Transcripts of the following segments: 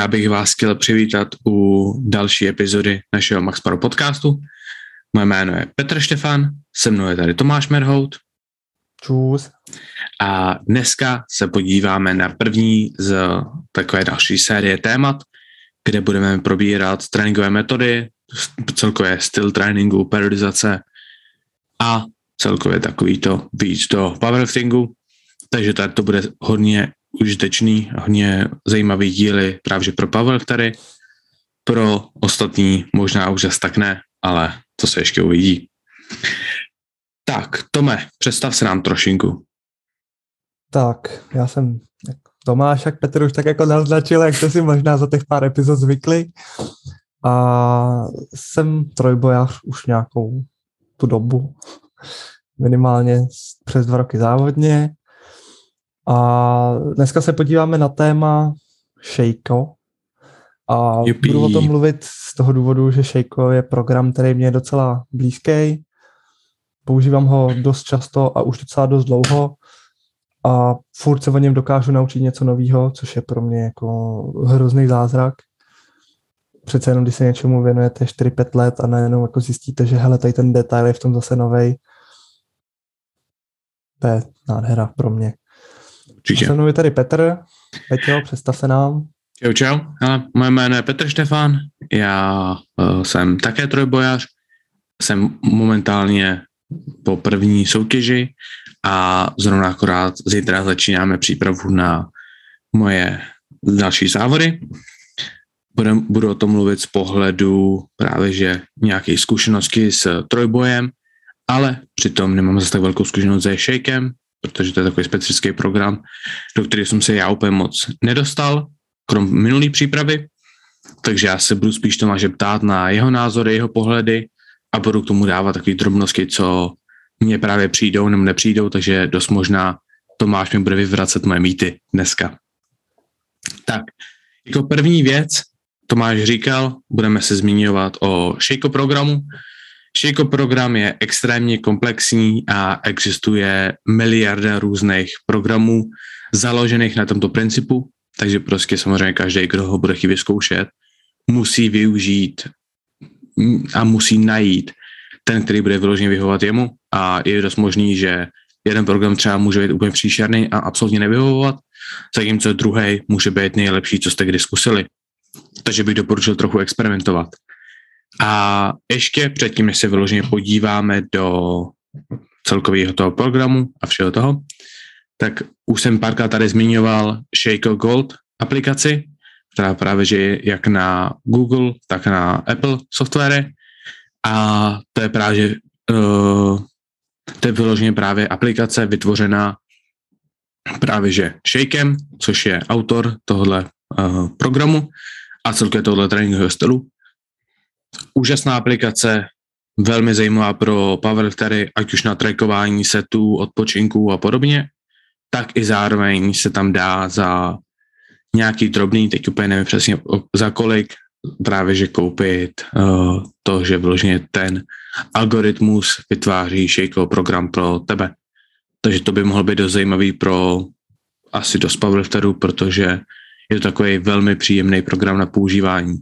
Já bych vás chtěl přivítat u další epizody našeho Max Pro podcastu. Moje jméno je Petr Štefan, se mnou je tady Tomáš Merhout. Čus. A dneska se podíváme na první z takové další série témat, kde budeme probírat tréninkové metody, celkově styl tréninku, periodizace a celkově takovýto víc do powerliftingu. Takže tady to bude hodně užitečný, hodně zajímavý díly právě pro powerliftery. Pro ostatní možná už zase tak ne, ale to se ještě uvidí. Tak, Tome, představ se nám trošinku. Tak, já jsem Tomáš, jak Petr už tak jako naznačil, jak jste si možná za těch pár epizod zvykli. A jsem trojbojař už nějakou tu dobu. Minimálně přes 2 roky závodně. A dneska se podíváme na téma Sheiko. A budu o tom mluvit z toho důvodu, že Sheiko je program, který mě je docela blízký. Používám ho dost často a už docela dost dlouho. A furt se o něm dokážu naučit něco nového, což je pro mě jako hrozný zázrak. Přece jenom, když se něčemu věnujete 4-5 let a najednou jako zjistíte, že hele, tady ten detail je v tom zase novej. To je nádhera pro mě. Se mnou je tady Petr. Peťo, představ se nám. Čau. Moje jméno je Petr Štefan, já jsem také trojbojař, jsem momentálně po první soutěži a zrovna akorát zítra začínáme přípravu na moje další závody. Budu o tom mluvit z pohledu právě, že nějaké zkušenosti s trojbojem, ale přitom nemám zase tak velkou zkušenost se Sheikem, protože to je takový specifický program, do kterého jsem se já úplně moc nedostal, krom minulý přípravy, takže já se budu spíš Tomáše ptát na jeho názory, jeho pohledy a budu k tomu dávat takové drobnosti, co mně právě přijdou nebo nepřijdou, takže dost možná Tomáš mi bude vyvracet moje mýty dneska. Tak, jako první věc, Tomáš říkal, budeme se zmiňovat o Sheiko programu. Sheiko program je extrémně komplexní a existuje miliarda různých programů založených na tomto principu, takže prostě samozřejmě každý, kdo ho bude chtít vyzkoušet, musí využít a musí najít ten, který bude vyloženě vyhovovat jemu a je dost možný, že jeden program třeba může být úplně příšerný a absolutně nevyhovovat, zatímco druhý může být nejlepší, co jste kdy zkusili. Takže bych doporučil trochu experimentovat. A ještě předtím, než se vyloženě podíváme do celkového toho programu a všeho toho, tak už jsem párkrát tady zmiňoval Sheiko Gold aplikaci, která právě že je jak na Google, tak na Apple software. A to je právě to je vyloženě právě aplikace vytvořená právě že Sheikem, což je autor tohohle programu a celkově tohohle tréninkového stylu. Úžasná aplikace, velmi zajímavá pro powerliftery, ať už na trackování setů, odpočinků a podobně, tak i zároveň se tam dá za nějaký drobný, teď úplně nevím přesně za kolik, právě že koupit to, že vyloženě ten algoritmus vytváří Sheiko program pro tebe. Takže to by mohlo být dost zajímavý pro asi dost powerlifterů, protože je to takový velmi příjemný program na používání.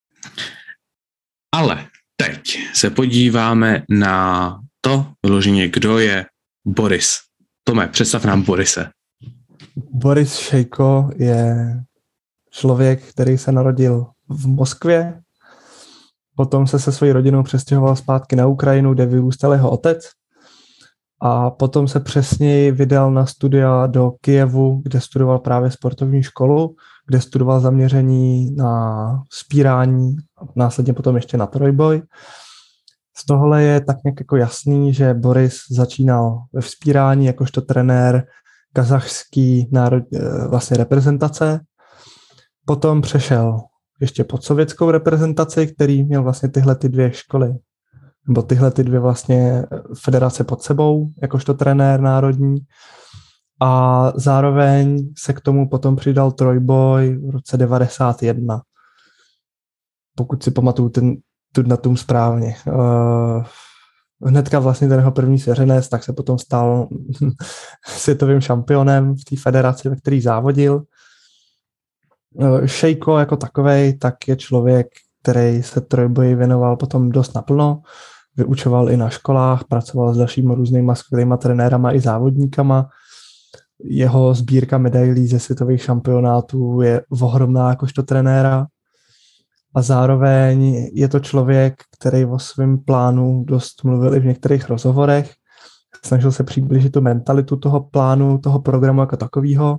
Ale teď se podíváme na to vyloženě, kdo je Boris. Tome, představ nám Borise. Boris Sheiko je člověk, který se narodil v Moskvě, potom se svojí rodinou přestěhoval zpátky na Ukrajinu, kde vyrůstal jeho otec a potom se přesněji vydal na studia do Kyjevu, kde studoval právě sportovní školu, kde studoval zaměření na vzpírání a následně potom ještě na trojboj. Z tohle je tak nějak jako jasný, že Boris začínal ve vzpírání jakožto trenér kazachský vlastně reprezentace. Potom přešel ještě pod sovětskou reprezentaci, který měl vlastně tyhle ty 2 školy, nebo tyhle ty 2 vlastně federace pod sebou, jakožto trenér národní. A zároveň se k tomu potom přidal trojboj v roce 1991. Pokud si pamatuju ten datum správně. Hnedka vlastně ten jeho první svěřenec, tak se potom stal světovým šampionem v té federaci, ve který závodil. Šejko jako takovej, tak je člověk, který se trojboji věnoval potom dost naplno, vyučoval i na školách, pracoval s dalšíma různýma skvělýma trenérama i závodníkama. Jeho sbírka medailí ze světových šampionátů je ohromná jakožto trenéra a zároveň je to člověk, který o svém plánu dost mluvil i v některých rozhovorech. Snažil se přiblížit tu mentalitu toho plánu, toho programu jako takového.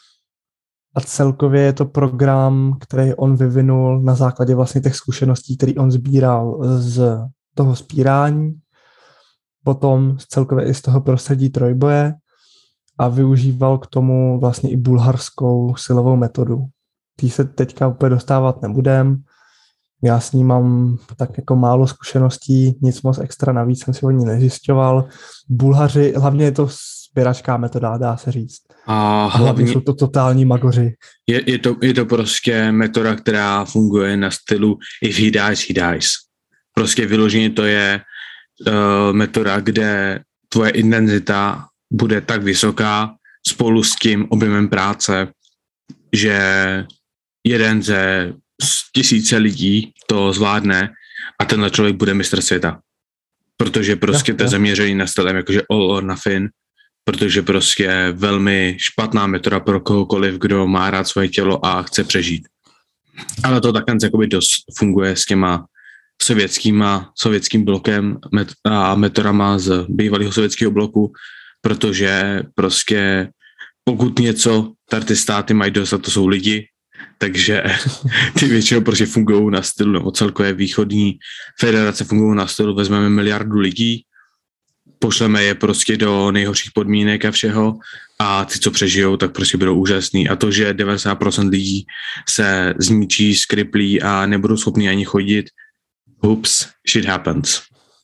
A celkově je to program, který on vyvinul na základě vlastně těch zkušeností, které on sbíral z toho spírání, potom celkově i z toho prostředí trojboje a využíval k tomu vlastně i bulharskou silovou metodu. Tý se teďka úplně dostávat nebudem. Já s ní mám tak jako málo zkušeností, nic moc extra navíc jsem si o ní nezjišťoval. Bulhaři, hlavně je to spěračká metoda, dá se říct. A hlavně jsou to totální magoři. Je to prostě metoda, která funguje na stylu if he dies, he dies. Prostě vyloženě to je metoda, kde tvoje intenzita bude tak vysoká spolu s tím objemem práce, že jeden ze 1000 lidí to zvládne a tenhle člověk bude mistr světa. Protože prostě to je zaměřený na stylem jakože all or nothing, protože prostě velmi špatná metoda pro kohokoliv, kdo má rád svoje tělo a chce přežít. Ale to takhle jakoby dost funguje s těma sovětským blokem a metodama z bývalého sovětského bloku, protože prostě pokud něco tady ty státy mají dost, a to jsou lidi, takže ty většinou prostě fungují na stylu, nebo celkové východní federace fungují na stylu, vezmeme 1 miliardu lidí, pošleme je prostě do nejhorších podmínek a všeho a ty, co přežijou, tak prostě budou úžasný. A to, že 90% lidí se zničí, skriplí a nebudou schopni ani chodit, oops, shit happens.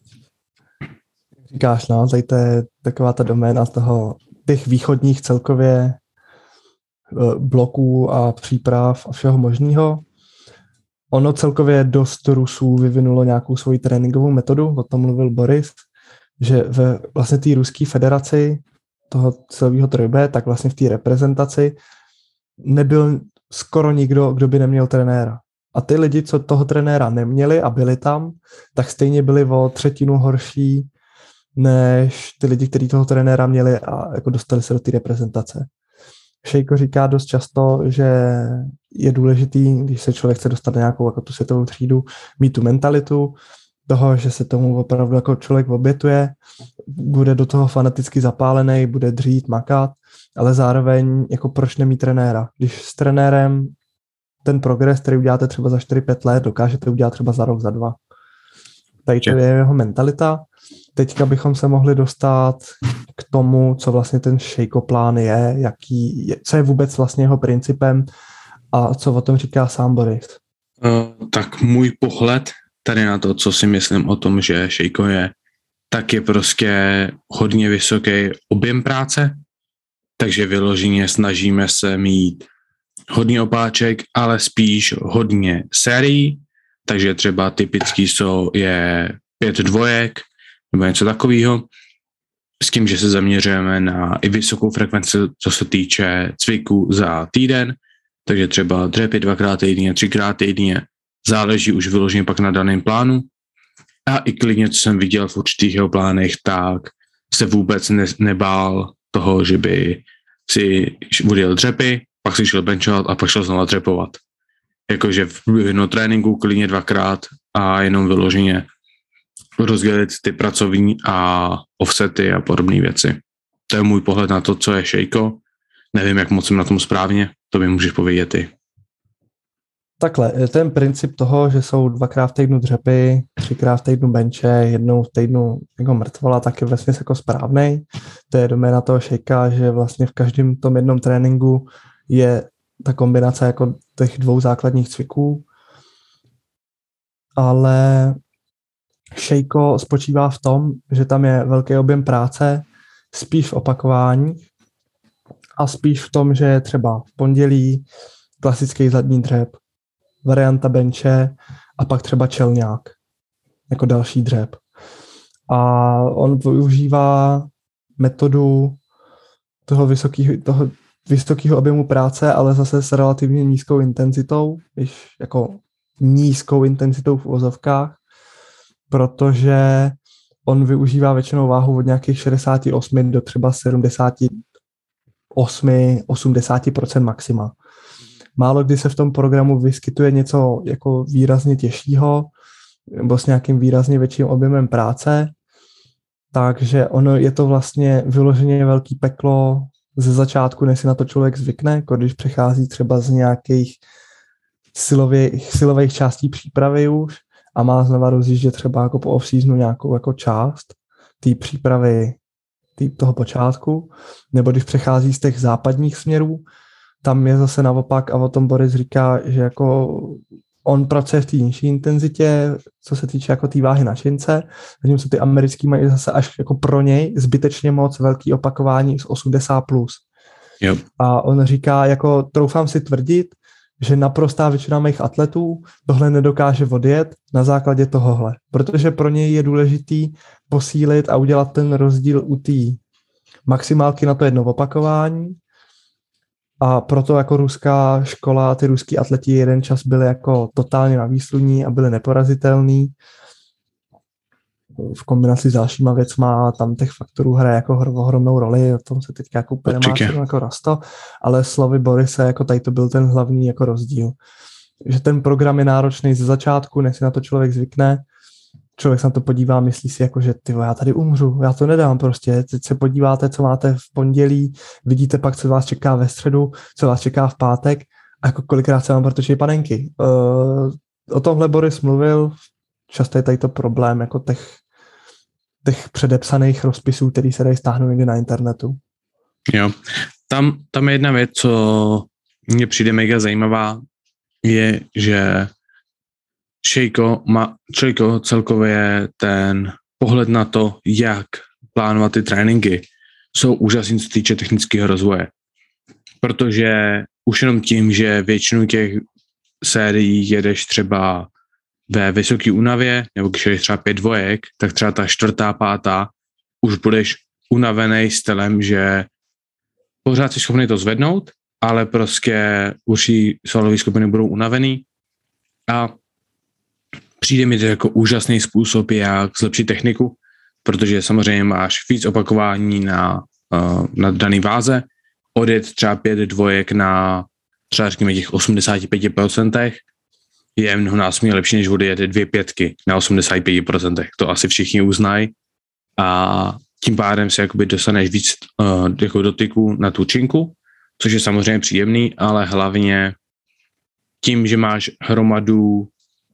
Říkáš, no, tady to je taková ta doména těch východních celkově bloků a příprav a všeho možného. Ono celkově dost Rusů vyvinulo nějakou svoji tréninkovou metodu, o tom mluvil Boris, že ve vlastně té ruské federaci toho celého trojboje, tak vlastně v té reprezentaci nebyl skoro nikdo, kdo by neměl trenéra. A ty lidi, co toho trenéra neměli a byli tam, tak stejně byli o 1/3 horší než ty lidi, kteří toho trenéra měli a jako dostali se do té reprezentace. Šejko říká dost často, že je důležitý, když se člověk chce dostat na nějakou jako tu světovou třídu, mít tu mentalitu toho, že se tomu opravdu jako člověk obětuje, bude do toho fanaticky zapálený, bude dřít, makat, ale zároveň jako proč nemít trenéra. Když s trenérem ten progres, který uděláte třeba za 4-5 let, dokážete udělat třeba za rok, za 2. Tady to je jeho mentalita. Teďka bychom se mohli dostat k tomu, co vlastně ten Šejko plán je, co je vůbec vlastně jeho principem a co o tom říká sám Boris. Tak můj pohled tady na to, co si myslím o tom, že Šejko je, tak je prostě hodně vysoký objem práce, takže vyloženě snažíme se mít hodně opáček, ale spíš hodně sérií, takže třeba typický je 5 dvojek nebo něco takového, s tím, že se zaměřujeme na i vysokou frekvenci, co se týče cviků za týden, takže třeba dřepy 2x týdně, 3x týdně, záleží už vyloženě pak na daném plánu. A i klidně, co jsem viděl v určitých jeho plánech, tak se vůbec nebál toho, že by si udělal dřepy, pak si šel benchovat a pak šel znovu dřepovat. Jakože v průběhu tréninku klidně 2x a jenom vyloženě rozdělit ty pracovní a offsety a podobné věci. To je můj pohled na to, co je Šejko. Nevím, jak moc jsem na tom správně, to mi můžeš povědět ty. Takhle, ten princip toho, že jsou 2x v týdnu dřepy, 3x v týdnu benče, 1 v týdnu jako mrtvola, tak je vlastně jako správnej. To je doména toho Šejka, že vlastně v každém tom jednom tréninku je ta kombinace jako těch 2 základních cviků. Ale Šejko spočívá v tom, že tam je velký objem práce, spíš v opakování a spíš v tom, že je třeba v pondělí klasický zadní dřep, varianta benče a pak třeba čelňák jako další dřep. A on využívá metodu vysokého objemu práce, ale zase s relativně nízkou intenzitou, když jako nízkou intenzitou v uvozovkách, protože on využívá většinou váhu od nějakých 68 do třeba 78-80% maxima. Málo kdy se v tom programu vyskytuje něco jako výrazně těžšího nebo s nějakým výrazně větším objemem práce, takže ono je to vlastně vyloženě velký peklo ze začátku, než si na to člověk zvykne, jako když přechází třeba z nějakých silových částí přípravy už a má znova rozjíždět třeba jako po off-seasonu nějakou jako část té přípravy toho počátku, nebo když přechází z těch západních směrů, tam je zase naopak a o tom Boris říká, že jako on pracuje v té nižší intenzitě, co se týče jako té váhy na šince, zatímco ty americký mají zase až jako pro něj zbytečně moc velký opakování z 80+. Plus. Yep. A on říká, jako troufám si tvrdit, že naprostá většina mých atletů tohle nedokáže odjet na základě tohohle, protože pro něj je důležitý posílit a udělat ten rozdíl u té maximálky na to jedno opakování. A proto jako ruská škola, ty ruský atleti jeden čas byli jako totálně na výsluní a byli neporazitelní. V kombinaci s dalšíma věcma tam těch faktorů hraje jako ohromnou roli, o tom se teďka jako úplně nemá jako rasto, ale slovy Borise, jako tady to byl ten hlavní jako rozdíl. Že ten program je náročný ze začátku, než si na to člověk zvykne, člověk se na to podívá, myslí si jako, že tyvo, já tady umřu, já to nedám prostě. Teď se podíváte, co máte v pondělí, vidíte pak, co vás čeká ve středu, co vás čeká v pátek a jako kolikrát se vám protočí panenky. O tomhle Boris mluvil, často je tady to problém jako těch předepsaných rozpisů, který se dají stáhnout někde na internetu. Jo, tam je jedna věc, co mně přijde mega zajímavá, je, že Šejko celkově ten pohled na to, jak plánovat ty tréninky, jsou úžasný, co se týče technického rozvoje. Protože už jenom tím, že většinu těch sérií jedeš třeba ve vysoké únavě, nebo když jedeš třeba 5 dvojek, tak třeba ta 4., 5. už budeš unavený stylem, že pořád jsi schopný to zvednout, ale prostě určitý svalové skupiny budou unavený a přijde mi to jako úžasný způsob, jak zlepšit techniku, protože samozřejmě máš víc opakování na daný váze, odjet třeba 5 dvojek na třeba řekněme těch 85% je mnohonásobně lepší, než odjet 2 pětky na 85%. To asi všichni uznají a tím pádem se jakoby dostaneš víc jako dotyku na tu činku, což je samozřejmě příjemný, ale hlavně tím, že máš hromadu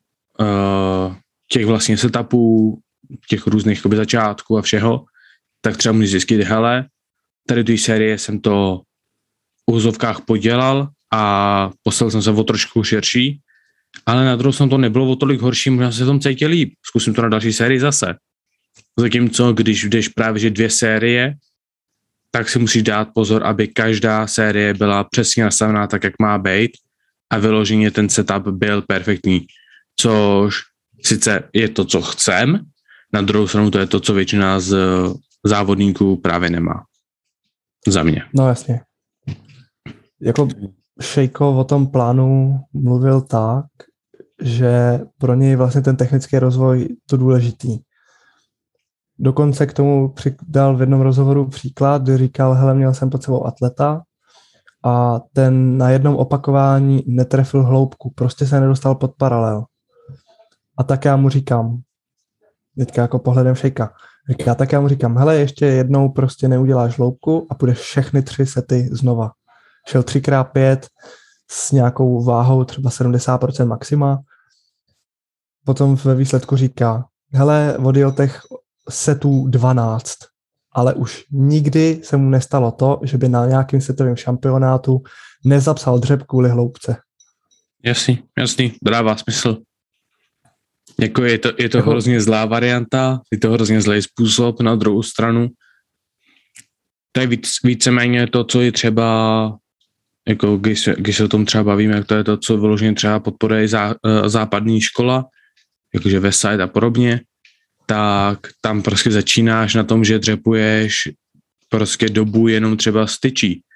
těch vlastně setupů, těch různých jakoby začátků a všeho, tak třeba můžeš zjistit, hele, tady tu série jsem to v úzovkách podělal a postavil jsem se o trošku širší, ale na druhou stranu to nebylo o tolik horší, možná se v tom cítil líp. Zkusím to na další sérii zase. Zatímco, když jdeš právě že 2 série, tak si musíš dát pozor, aby každá série byla přesně nastavená tak, jak má být a vyloženě ten setup byl perfektní. Což sice je to, co chcem, na druhou stranu to je to, co většina z závodníků právě nemá. Za mě. No jasně. Jako Šejko o tom plánu mluvil tak, že pro něj vlastně ten technický rozvoj to důležitý. Dokonce k tomu přidal v jednom rozhovoru příklad, kdy říkal, hele, měl jsem pod sebou atleta a ten na jednom opakování netrefil hloubku, prostě se nedostal pod paralel. A tak já mu říkám, teďka jako pohledem Šejka, tak já mu říkám, hele, ještě jednou prostě neuděláš hloubku a půjdeš všechny 3 sety znova. Šel 3x5 s nějakou váhou třeba 70% maxima. Potom ve výsledku říká, hele, odjel těch setů 12, ale už nikdy se mu nestalo to, že by na nějakým setovém šampionátu nezapsal dřep kvůli hloubce. Jasný, dává smysl. Jako je to hrozně zlá varianta, je to hrozně zlý způsob, na druhou stranu. To je víceméně to, co je třeba, jako když se o tom třeba bavíme, jak to je to, co vyloženě třeba podporuje západní škola, jakože Westside a podobně, tak tam prostě začínáš na tom, že dřepuješ prostě dobu jenom třeba styčí.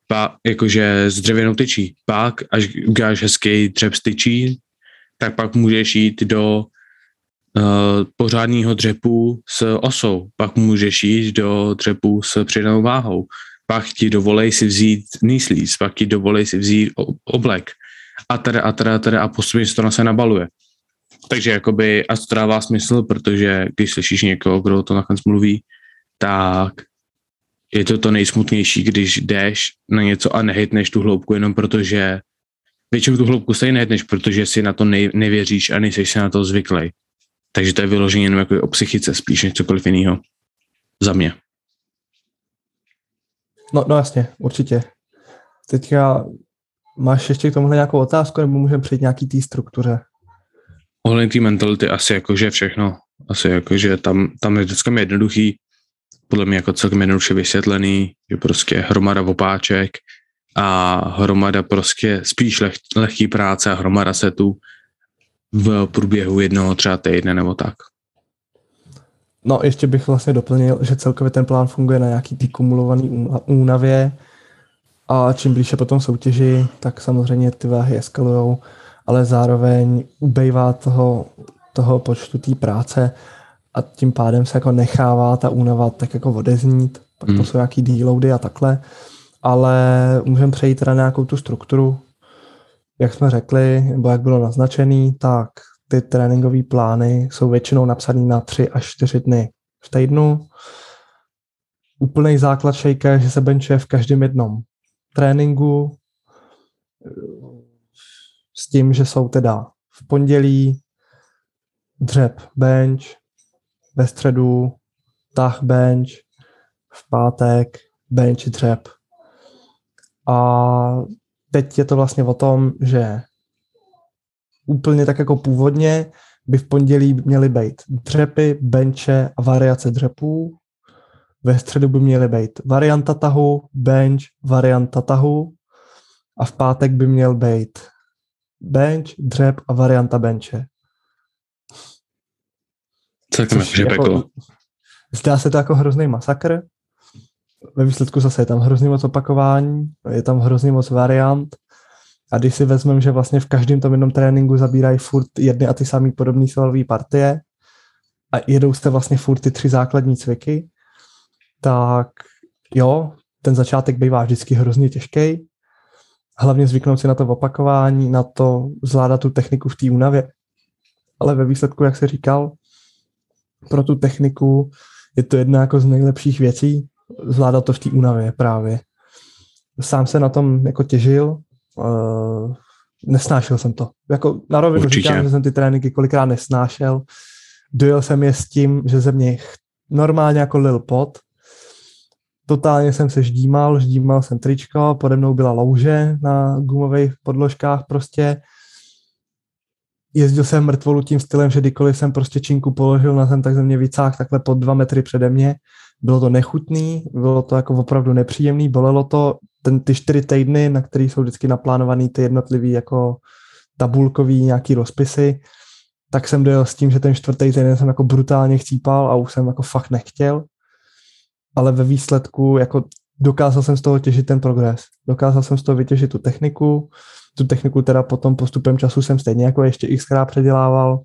jakože s dřevěnou tyčí. Pak, až uděláš hezký dřep s tyčí, tak pak můžeš jít do pořádného dřepu s osou. Pak můžeš jít do dřepu s přidanou váhou. Pak ti dovolej si vzít nýslíc, pak ti dovolej si vzít oblek. A postupně se to se nabaluje. Takže jakoby, a to dává smysl, protože když slyšíš někoho, kdo to nakonec mluví, tak je to nejsmutnější, když jdeš na něco a nehejtneš tu hloubku jenom protože většinou tu hloubku stejně nehejtneš, protože si na to nevěříš a nejseš si na to zvyklý. Takže to je vyloženě jenom jako o psychice spíš než cokoliv jiného. Za mě. No jasně, určitě. Teďka máš ještě k tomuhle nějakou otázku, nebo můžeme přijít nějaký té struktuře? Ohledně té mentality asi jakože všechno. Asi jakože tam je vždycky jednoduchý, podle mě jako celkem jednoduše vysvětlený, že prostě hromada opáček a hromada prostě spíš lehký práce a hromada setů v průběhu jednoho třeba týdne nebo tak. No ještě bych vlastně doplnil, že celkově ten plán funguje na nějaký tý kumulovaný únavě a čím blíže potom soutěži, tak samozřejmě ty váhy eskalujou, ale zároveň ubejvá toho počtu té práce a tím pádem se jako nechává ta únava tak jako odeznít, pak to jsou nějaký deloady a takhle, ale můžeme přejít teda nějakou tu strukturu. Jak jsme řekli, nebo jak bylo naznačený, tak ty tréninkové plány jsou většinou napsané na 3 až 4 dny v týdnu. Úplný základ šejka je, že se benchuje v každém jednom tréninku s tím, že jsou teda v pondělí dřep bench, ve středu tah bench, v pátek bench dřep. A teď je to vlastně o tom, že úplně tak jako původně by v pondělí měly být dřepy, benče a variace dřepů. Ve středu by měly být varianta tahu, bench, varianta tahu a v pátek by měl být bench, dřep a varianta benče. Celkem jako, zdá se to jako hrozný masakr. Ve výsledku zase je tam hrozně moc opakování, je tam hrozně moc variant. A když si vezmeme, že vlastně v každém tom jednom tréninku zabírají furt jedny a ty samé podobné silové partie a jedou se vlastně furt ty 3 základní cviky, tak jo, ten začátek bývá vždycky hrozně těžký. Hlavně zvyknout si na to opakování, na to zvládat tu techniku v té únavě. Ale ve výsledku, jak se říkal, pro tu techniku je to jedna jako z nejlepších věcí, zvládat to v té únavě právě. Sám se na tom jako těžil, nesnášel jsem to. Jako na rovinu říkám, že jsem ty tréninky kolikrát nesnášel. Dojel jsem je s tím, že ze mě normálně jako lil pot. Totálně jsem se ždímal jsem tričko, pode mnou byla louže na gumových podložkách prostě. Jezdil jsem mrtvolu tím stylem, že kdykoliv jsem prostě činku položil na zem, tak ze mě vycák takhle pod 2 metry přede mě. Bylo to nechutný, bylo to jako opravdu nepříjemný, bolelo to ty 4 týdny, na který jsou vždycky naplánovaný ty jednotlivý jako tabulkový nějaký rozpisy, tak jsem dojel s tím, že ten 4. týden jsem jako brutálně chcípal a už jsem jako fakt nechtěl, ale ve výsledku jako dokázal jsem z toho těžit ten progres, dokázal jsem z toho vytěžit tu techniku teda potom postupem času jsem stejně jako ještě xkrát předělával.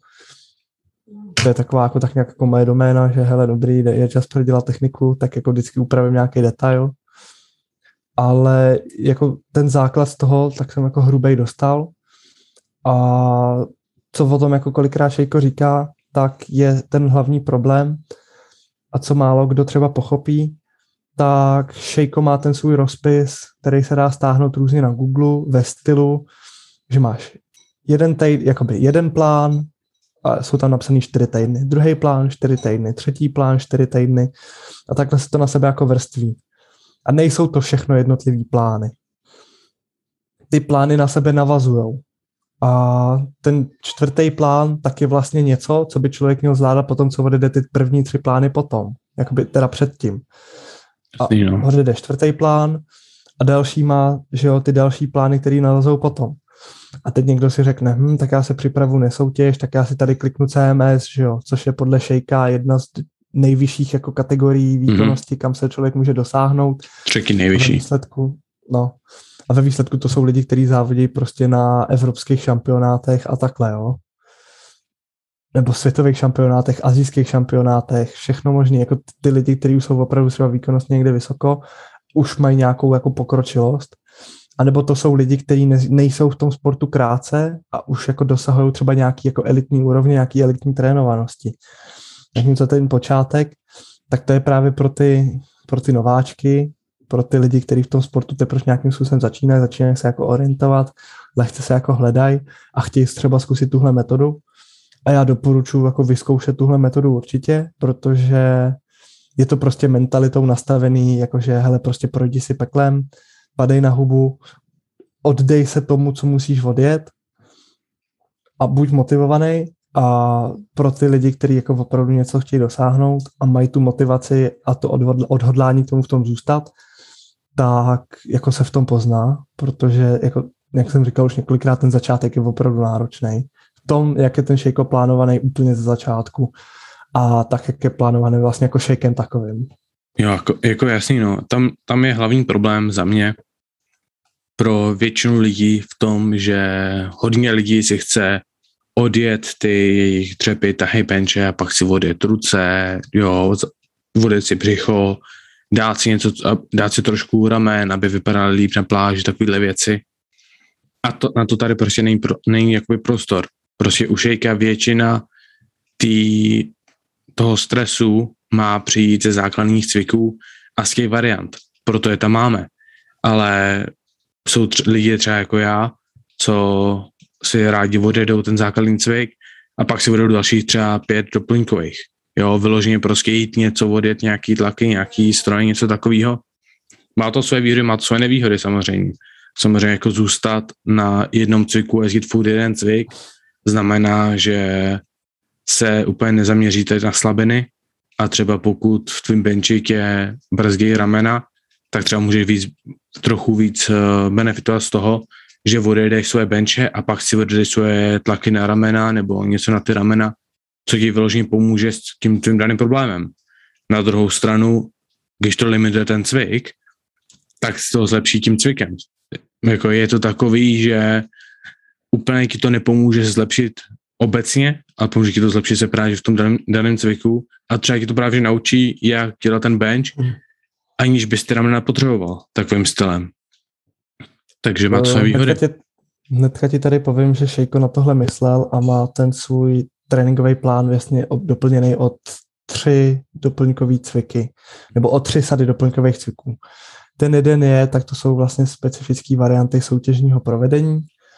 To je taková jako tak nějak jako moje doména, že hele dobrý, je čas předělat techniku, tak jako vždycky upravím nějaký detail. Ale jako ten základ z toho, tak jsem jako hrubej dostal. A co o tom jako kolikrát Šejko říká, tak je ten hlavní problém a co málo kdo třeba pochopí, tak Šejko má ten svůj rozpis, který se dá stáhnout různě na Google ve stylu, že máš jeden plán a jsou tam napsaný 4 týdny, druhý plán 4 týdny, třetí plán 4 týdny a takhle se to na sebe jako vrství. A nejsou to všechno jednotlivý plány. Ty plány na sebe navazujou. A ten 4. plán tak je vlastně něco, co by člověk měl zvládat potom, co odjede ty první 3 plány potom. Jakoby teda předtím. A odjede 4. plán a další má, že jo, ty další plány, které navazují potom. A teď někdo si řekne, tak já se připravu nesoutěž, tak já si tady kliknu CMS, že jo, což je podle Šejka jedna z nejvyšších jako kategorií výkonnosti, kam se člověk může dosáhnout. 3. nejvyšší. Výsledku. No. A ve výsledku to jsou lidi, kteří závodí prostě na evropských šampionátech a takhle, jo. Nebo světových šampionátech, asijských šampionátech, všechno možné. Jako ty lidi, kteří jsou opravdu třeba výkonnostně někde vysoko, už mají nějakou jako pokročilost. A nebo to jsou lidi, kteří nejsou v tom sportu krátce a už jako dosahují třeba nějaký jako elitní úrovně, nějaký elitní trénovanosti. Zatímco ten počátek, tak to je právě pro ty nováčky, pro ty lidi, kteří v tom sportu teprve nějakým způsobem začínají se jako orientovat, lehce se jako hledají a chtějí třeba zkusit tuhle metodu. A já doporučuji jako vyzkoušet tuhle metodu určitě, protože je to prostě mentalitou nastavený, jakože hele, prostě projdi si peklem, padej na hubu, oddej se tomu, co musíš odjet a buď motivovaný. A pro ty lidi, kteří jako opravdu něco chtějí dosáhnout a mají tu motivaci a to odhodlání k tomu v tom zůstat, tak jako se v tom pozná, protože jako, jak jsem říkal už několikrát, ten začátek je opravdu náročný. V tom, jak je ten Sheiko plánovaný úplně ze začátku a tak, jak je plánovaný vlastně jako Sheikem takovým. Jo, jako jasný, no. Tam je hlavní problém za mě pro většinu lidí v tom, že hodně lidí si chce odjet ty jejich dřepy, tahy, benče a pak si odjet ruce, jo, odjet si břicho, dát si trošku ramen, aby vypadaly líp na pláži, takovéhle věci. A na to tady prostě není jakoby prostor. Prostě u Sheika většina toho stresu má přijít ze základních cviků a z těch variant. Proto je tam máme. Ale jsou lidi třeba jako já, co si rádi odjedou ten základní cvik a pak si odjedou dalších třeba 5 doplňkových. Jo, vyloženě prostě jít něco, odjet nějaký tlaky, nějaký stroj, něco takového. Má to své výhody, má to své nevýhody samozřejmě. Samozřejmě jako zůstat na jednom cviku a jezdit furt jeden cvik znamená, že se úplně nezaměříte na slabiny a třeba pokud v tvým benčík je brzději ramena, tak třeba můžeš trochu víc benefitovat z toho, že odjedeš svoje benče a pak si odjedeš svoje tlaky na ramena nebo něco na ty ramena, co ti vyloženě pomůže s tím tvým daným problémem. Na druhou stranu, když to limituje ten cvik, tak si to zlepší tím cvikem. Jako je to takový, že úplně ti to nepomůže zlepšit obecně, ale pomůže ti to zlepšit se právě v tom daném cviku a třeba ti to právě naučí, jak dělat ten bench, aniž bys ty ramena potřeboval takovým stylem. Takže má to své výhody. Hnedka ti tady povím, že Sheiko na tohle myslel a má ten svůj tréninkový plán vlastně doplněný od 3 doplňkový cviky, nebo od 3 sady doplňkových cviků. Ten jeden tak to jsou vlastně specifické varianty soutěžního provedení.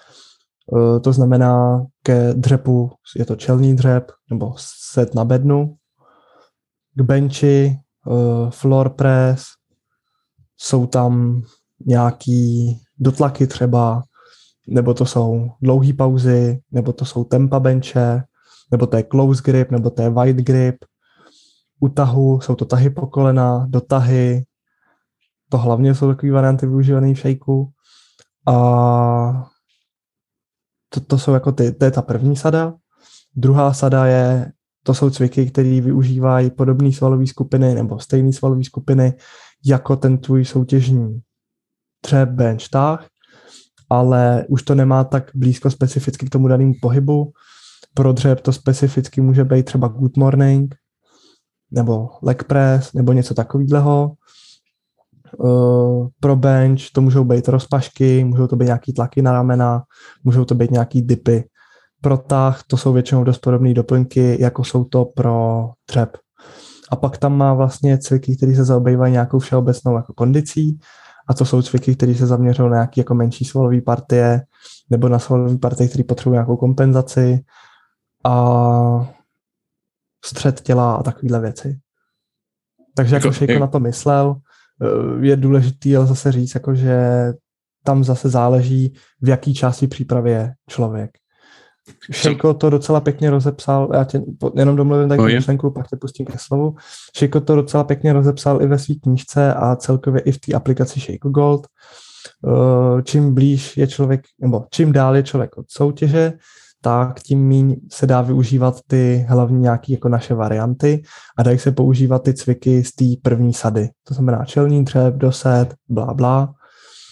To znamená, ke dřepu je to čelní dřep, nebo set na bednu, k benči, floor press, jsou tam nějaký dotlaky třeba, nebo to jsou dlouhé pauzy, nebo to jsou tempa benče, nebo to je close grip, nebo to je wide grip. U tahu jsou to tahy po kolena, dotahy, to hlavně jsou takové varianty využívané v Sheiku. A to jsou jako to je ta první sada. Druhá sada to jsou cviky, které využívají podobné svalové skupiny nebo stejné svalové skupiny jako ten tvůj soutěžní dřep, bench, tah, ale už to nemá tak blízko specificky k tomu danému pohybu. Pro dřep to specificky může být třeba good morning, nebo leg press, nebo něco takového. Pro bench to můžou být rozpašky, můžou to být nějaký tlaky na ramena, můžou to být nějaký dipy. Pro tah to jsou většinou dost podobné doplňky, jako jsou to pro dřep. A pak tam má vlastně cviky, které se zaobývají nějakou všeobecnou jako kondicí, a to jsou cviky, které se zaměřují na nějaké jako menší svalové partie, nebo na svalové partie, které potřebují nějakou kompenzaci a střed těla a takovéhle věci. Takže jako Sheiko na to myslel, je důležitý ale zase říct, jako, že tam zase záleží, v jaký části přípravy je člověk. Sheiko to docela pěkně rozepsal, já tě jenom domluvím tady myšlenku, pak tě pustím ke slovu. Sheiko to docela pěkně rozepsal i ve své knížce a celkově i v té aplikaci Sheiko Gold. Čím blíž je člověk, nebo čím dál je člověk od soutěže, tak tím míň se dá využívat ty hlavní nějaké jako naše varianty a dají se používat ty cviky z té první sady. To znamená čelní dřep, doset, blá, blá.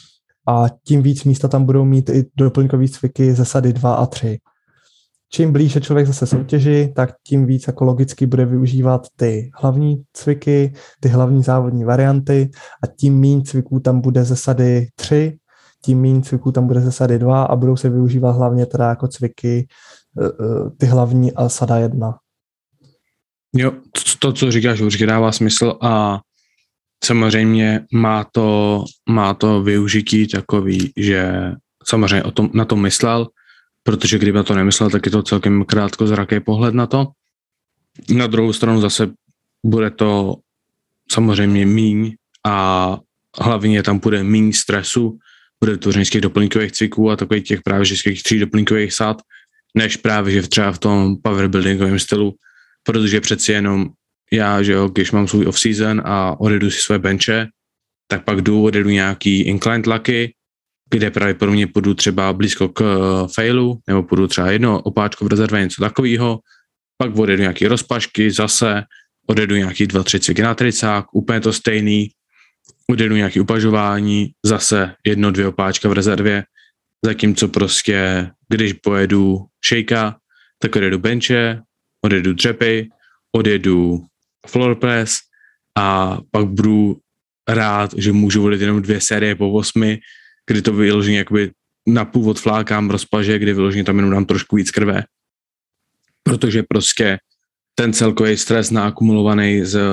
a tím víc místa tam budou mít i doplňkový cviky ze sady 2 a 3. Čím blíže člověk zase soutěži, tak tím víc jako logicky bude využívat ty hlavní cviky, ty hlavní závodní varianty a tím méně cviků tam bude ze sady 3, tím méně cviků tam bude ze sady 2 a budou se využívat hlavně teda jako cviky ty hlavní a sada 1. Jo, to, co říkáš, určitě dává smysl a samozřejmě má to využití takový, že samozřejmě na to myslel, protože kdyby na to nemyslel, tak je to celkem krátkozraký pohled na to. Na druhou stranu zase bude to samozřejmě míň a hlavně tam bude míň stresu, bude vytvoření z těch doplňkových cviků a takových těch právě že z těch 3 doplňkových sad, než právě že třeba v tom powerbuildingovém stylu, protože přeci jenom já, že jo, když mám svůj off-season a odjedu si své benče, tak pak odjedu nějaký incline tlaky, kde pravděpodobně půjdu třeba blízko k failu, nebo půjdu třeba jedno opáčko v rezervě, něco takového, pak odjedu nějaký rozpašky, zase odjedu nějaký 2-3 cviky na tricák, úplně to stejný, odjedu nějaký upažování, zase 1-2 opáčka v rezervě, zatímco prostě, když pojedu shakea, tak odjedu benče, odjedu dřepy, odjedu floor press a pak budu rád, že můžu volit jenom 2 série po 8, kdy to vyloženě jakoby na půl odflákám rozpaže, kdy vyloženě tam jenom dám trošku víc krve. Protože prostě ten celkový stres naakumulovaný z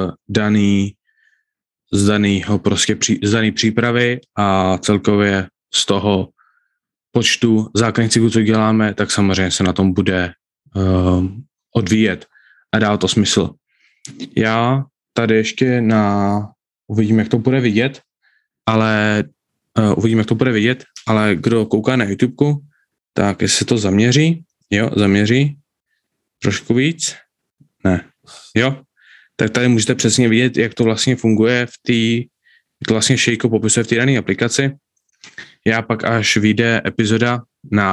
daný přípravy a celkově z toho počtu základních cyklů, co děláme, tak samozřejmě se na tom bude odvíjet a dá to smysl. Já tady ještě uvidím, jak to bude vidět, ale kdo kouká na YouTubeku, tak jestli se to zaměří, zaměří trošku víc, ne, jo, tak tady můžete přesně vidět, jak to vlastně funguje jak to vlastně Sheiko popisuje v té dané aplikaci. Já pak, až vyjde epizoda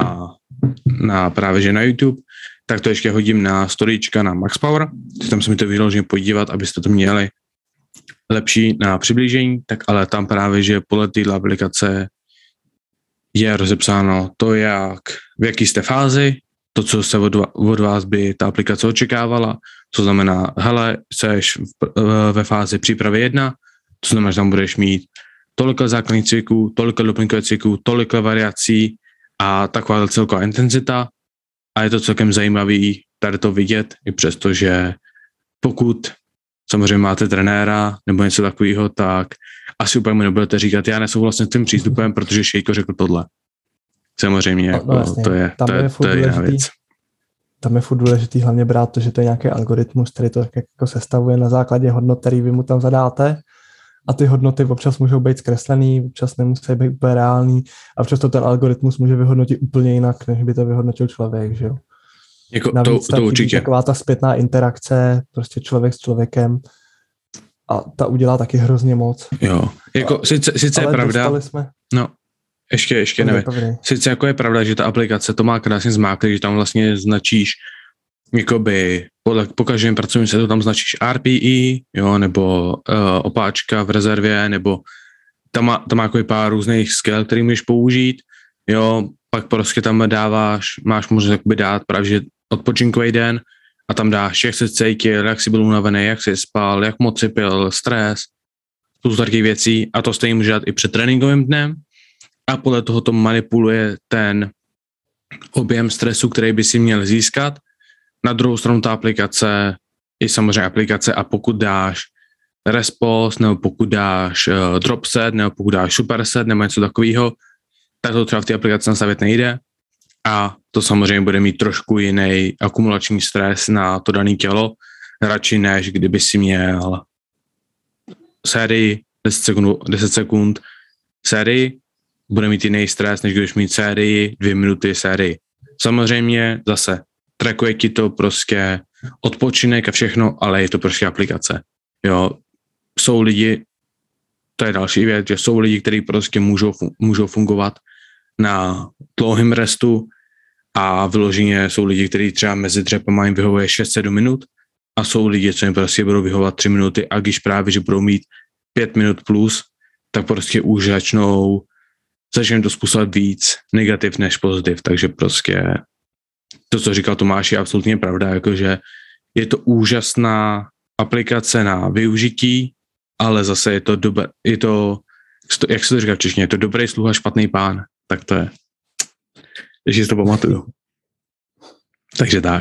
na právě že na YouTube, tak to ještě hodím na storyčka na Max Power, tam se mi to vyloženě podívat, abyste to měli lepší na přiblížení, tak ale tam právě, že podle této aplikace je rozepsáno to, v jaký jste fázi, to, co se od vás by ta aplikace očekávala, co znamená, hele, jsi ve fázi přípravy 1, to znamená, že tam budeš mít tolik základních cviků, tolik doplňkových cviků, tolik variací a taková celková intenzita a je to celkem zajímavý tady to vidět, i přesto, že pokud samozřejmě máte trenéra nebo něco takového, tak asi úplně mi nebudete říkat, já nesouhlasím s tím přístupem, protože Sheiko řekl tohle. Samozřejmě, to je jiná věc. Tam je furt důležitý hlavně brát to, že to je nějaký algoritmus, který to jako sestavuje na základě hodnot, který vy mu tam zadáte a ty hodnoty občas můžou být zkreslený, občas nemusí být úplně reální a občas to ten algoritmus může vyhodnotit úplně jinak, než by to vyhodnotil člověk, že jo. Jako navíc to určitě. Taková ta zpětná interakce, prostě člověk s člověkem a ta udělá taky hrozně moc. Jo, jako sice je pravda, no, ještě nevím. Sice jako je pravda, že ta aplikace to má krásně zmáklý, že tam vlastně značíš jakoby po každém pracovním setu tam značíš RPE, jo, nebo opáčka v rezervě, nebo tam má jako pár různých skill, který můžeš použít, jo, pak prostě tam máš možnost jakoby dát právě že odpočinkový den a tam dáš, jak se cítil, jak jsi byl unavený, jak jsi spal, jak moc jsi pil, stres, spoustu takových věcí a to stejně může dát i před tréninkovým dnem a podle toho to manipuluje ten objem stresu, který by si měl získat. Na druhou stranu ta aplikace je samozřejmě aplikace a pokud dáš response, nebo pokud dáš drop set, nebo pokud dáš superset, nebo něco takového, tak to třeba v té aplikaci nastavit nejde a to samozřejmě bude mít trošku jiný akumulační stres na to dané tělo, radši než kdyby si měl sérii 10 sekund sérii, bude mít jiný stres, než když mít sérii 2 minuty sérii. Samozřejmě zase trackuje ti to prostě odpočinek a všechno, ale je to prostě aplikace. Jo, jsou lidi, to je další věc, že jsou lidi, kteří prostě můžou fungovat na dlouhém restu a vyloženě jsou lidi, kteří třeba mezi dřepama jim vyhovuje 6-7 minut a jsou lidi, co jim prostě budou vyhovovat 3 minuty a když právě, že budou mít 5 minut plus, tak prostě už začnou začneme to způsobovat víc negativ než pozitiv, takže prostě to, co říkal Tomáš, je absolutně pravda, jakože je to úžasná aplikace na využití, ale zase je to, jak se to říká v češtině, je to dobrý sluha, špatný pán, tak to je. Ještě si to pamatuju. Takže tak.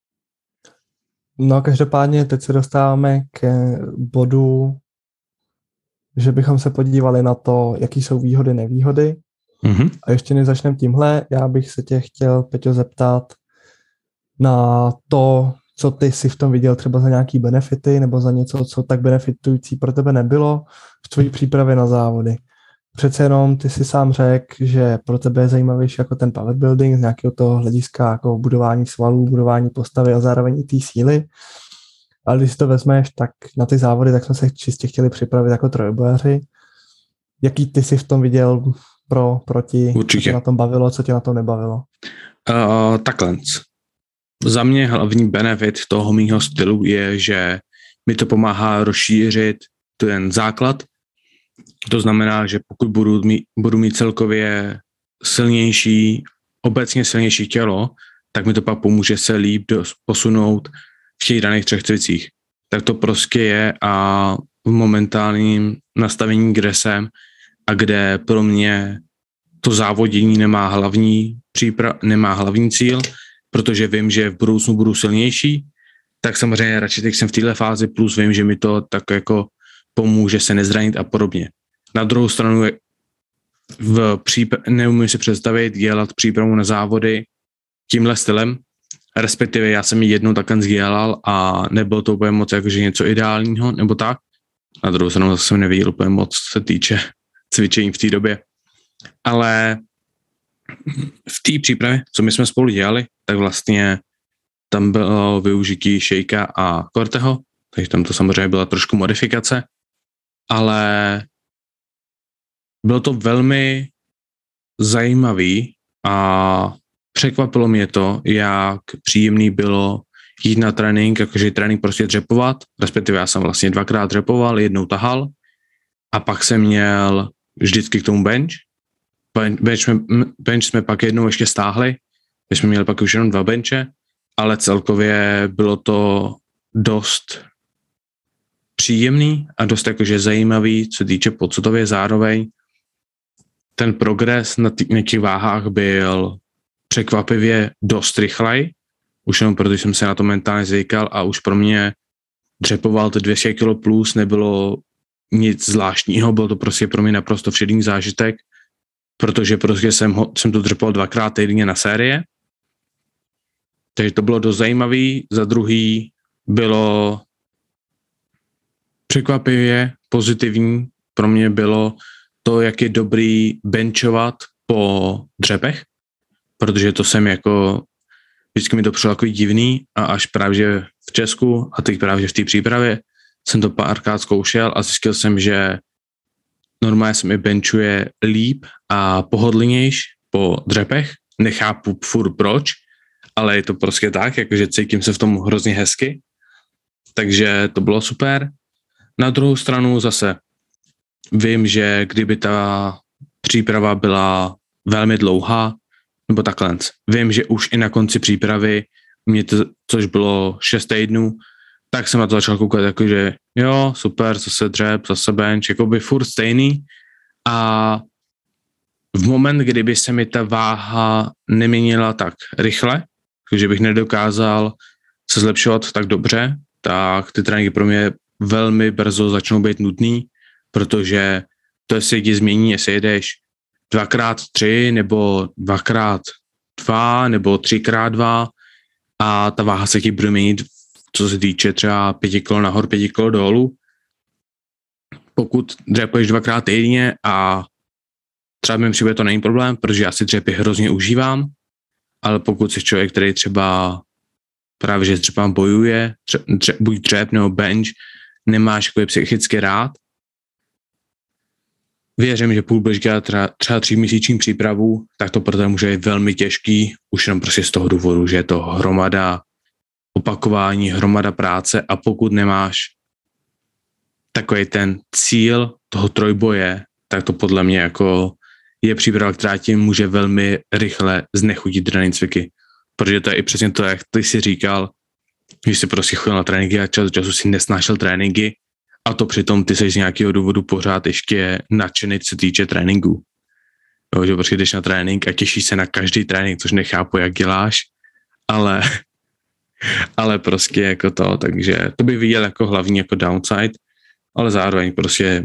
No každopádně teď se dostáváme k bodu, že bychom se podívali na to, jaký jsou výhody, nevýhody. Mm-hmm. A ještě než začneme tímhle, já bych se tě chtěl, Peťo, zeptat na to, co ty si v tom viděl třeba za nějaký benefity nebo za něco, co tak benefitující pro tebe nebylo v tvojí přípravě na závody. Přece jenom ty si sám řekl, že pro tebe je zajímavější jako ten power building z nějakého toho hlediska jako budování svalů, budování postavy a zároveň i té síly. Ale když si to vezmeš, tak na ty závody, tak jsme se čistě chtěli připravit jako trojbojaři. Jaký ty si v tom viděl proti, Určitě. co tě na tom bavilo, co tě na tom nebavilo? Takhle. Za mě hlavní benefit toho mýho stylu je, že mi to pomáhá rozšířit ten základ. To znamená, že pokud budu mít celkově obecně silnější tělo, tak mi to pak pomůže se líp posunout v těch daných 3 cvicích. Tak to prostě je a v momentálním nastavení, kde jsem a kde pro mě to závodění nemá hlavní cíl, protože vím, že v budoucnu budu silnější, tak samozřejmě radši teď jsem v této fázi, plus vím, že mi to tak jako pomůže se nezranit a podobně. Na druhou stranu neumím si představit dělat přípravu na závody tímhle stylem, respektive já jsem ji jednou takhle dělal a nebylo to úplně moc jakože něco ideálního, nebo tak. Na druhou stranu zase jsem neviděl úplně moc, co se týče cvičení v té době. Ale v té přípravě, co my jsme spolu dělali, tak vlastně tam bylo využití Shakea a Corteho, takže tam to samozřejmě byla trošku modifikace, ale bylo to velmi zajímavý a překvapilo mě to, jak příjemný bylo jít na trénink, jakože trénink prostě dřepovat, respektive já jsem vlastně 2krát dřepoval, jednou tahal a pak jsem měl vždycky k tomu bench. Bench jsme pak jednou ještě stáhli, my jsme měli pak už jenom 2 benche, ale celkově bylo to dost příjemný a dost jakože zajímavý, co týče pocitově zároveň. Ten progres na těch váhách byl překvapivě dost rychlej, už jenom protože jsem se na to mentálně zvykal a už pro mě dřepoval to 200 kg plus nebylo nic zvláštního, bylo to prostě pro mě naprosto všední zážitek, protože prostě jsem to dřepoval 2krát týdně na série, takže to bylo dost zajímavý. Za druhý bylo překvapivě pozitivní, pro mě bylo to, jak je dobrý benchovat po dřepech, protože to jsem jako, vždycky mi to přišlo jako divný a až právě v Česku a teď právě v té přípravě jsem to párkrát zkoušel a zjistil jsem, že normálně se mi benchuje líp a pohodlnějš po dřepech. Nechápu furt proč, ale je to prostě tak, jakože cítím se v tom hrozně hezky. Takže to bylo super. Na druhou stranu zase vím, že kdyby ta příprava byla velmi dlouhá, nebo takhle, vím, že už i na konci přípravy, což bylo 6 týdnů, tak jsem na to začal koukat, jakože jo, super, zase dřep, zase bench, jakoby furt stejný a v moment, kdyby se mi ta váha neměnila tak rychle, že bych nedokázal se zlepšovat tak dobře, tak ty tréninky pro mě velmi brzo začnou být nutný, protože to jestli ti změní, jestli jedeš 2x3 nebo 2x2 nebo 3x2 a ta váha se ti bude měnit, co se týče třeba 5 kg nahoru, 5 kg dolů. Pokud dřepuješ 2x týdně a třeba v mém případě to není problém, protože já si dřepy hrozně užívám, ale pokud jsi člověk, který třeba právě že s dřepem bojuje, buď dřep nebo bench, nemáš jako psychicky rád, věřím, že pokud budeš dělat třeba 3měsíční přípravu, tak to pro tebe může být velmi těžký, už jenom prostě z toho důvodu, že je to hromada opakování, hromada práce a pokud nemáš takový ten cíl toho trojboje, tak to podle mě jako je příprava, která ti může velmi rychle znechutit trénink cviky. Protože to je i přesně to, jak ty jsi říkal, že jsi prostě chodil na tréninky a čas času si nesnášel tréninky a to přitom ty jsi z nějakého důvodu pořád ještě nadšený, co se týče tréninku. Jo, že prostě jdeš na trénink a těšíš se na každý trénink, což nechápu, jak děláš, ale prostě jako to, takže to bych viděl jako hlavní jako downside, ale zároveň prostě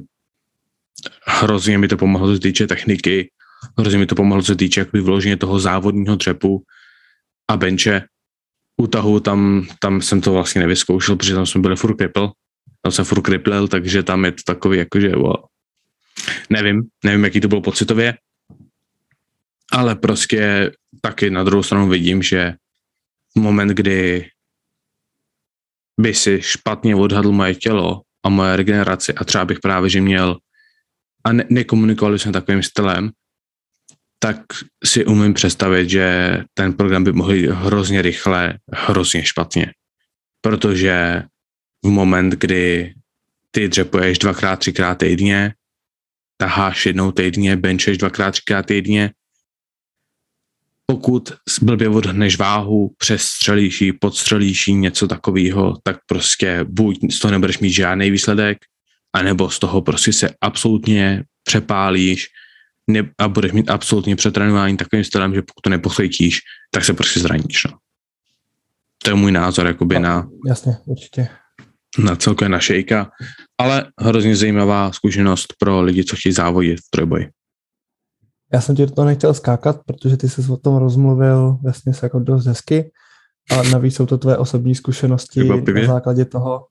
hrozně mi to pomohlo, co se týče techniky, hrozně mi to pomohlo, co se týče jakoby vloženě toho závodního dřepu a benče. U tahu tam jsem to vlastně nevyzkoušel, protože tam jsme byli furt kriplel, takže tam je to takový jakože wow. Nevím, jaký to bylo pocitově, ale prostě taky na druhou stranu vidím, že moment, kdy by si špatně odhadl moje tělo a moje regeneraci a třeba bych právě, že měl a nekomunikovali jsme takovým stylem, tak si umím představit, že ten program by mohl jít hrozně rychle, hrozně špatně. Protože v moment, kdy ty dřepuješ 2x, 3x týdně, taháš jednou týdně, benčeš 2x, 3x týdně, pokud blbě odhneš váhu, přestřelíš ji, podstřelíš ji, něco takového, tak prostě buď z toho nebudeš mít žádný výsledek, anebo z toho prostě se absolutně přepálíš a budeš mít absolutně přetrénování takovým stylem, že pokud to nepochytíš, tak se prostě zraníš. No. To je můj názor jakoby jasně, určitě. Na celkově na šejka, ale hrozně zajímavá zkušenost pro lidi, co chtějí závodit v trojboji. Já jsem ti to nechtěl skákat, protože ty jsi o tom rozmluvil vlastně jako dost hezky a navíc jsou to tvé osobní zkušenosti na základě toho,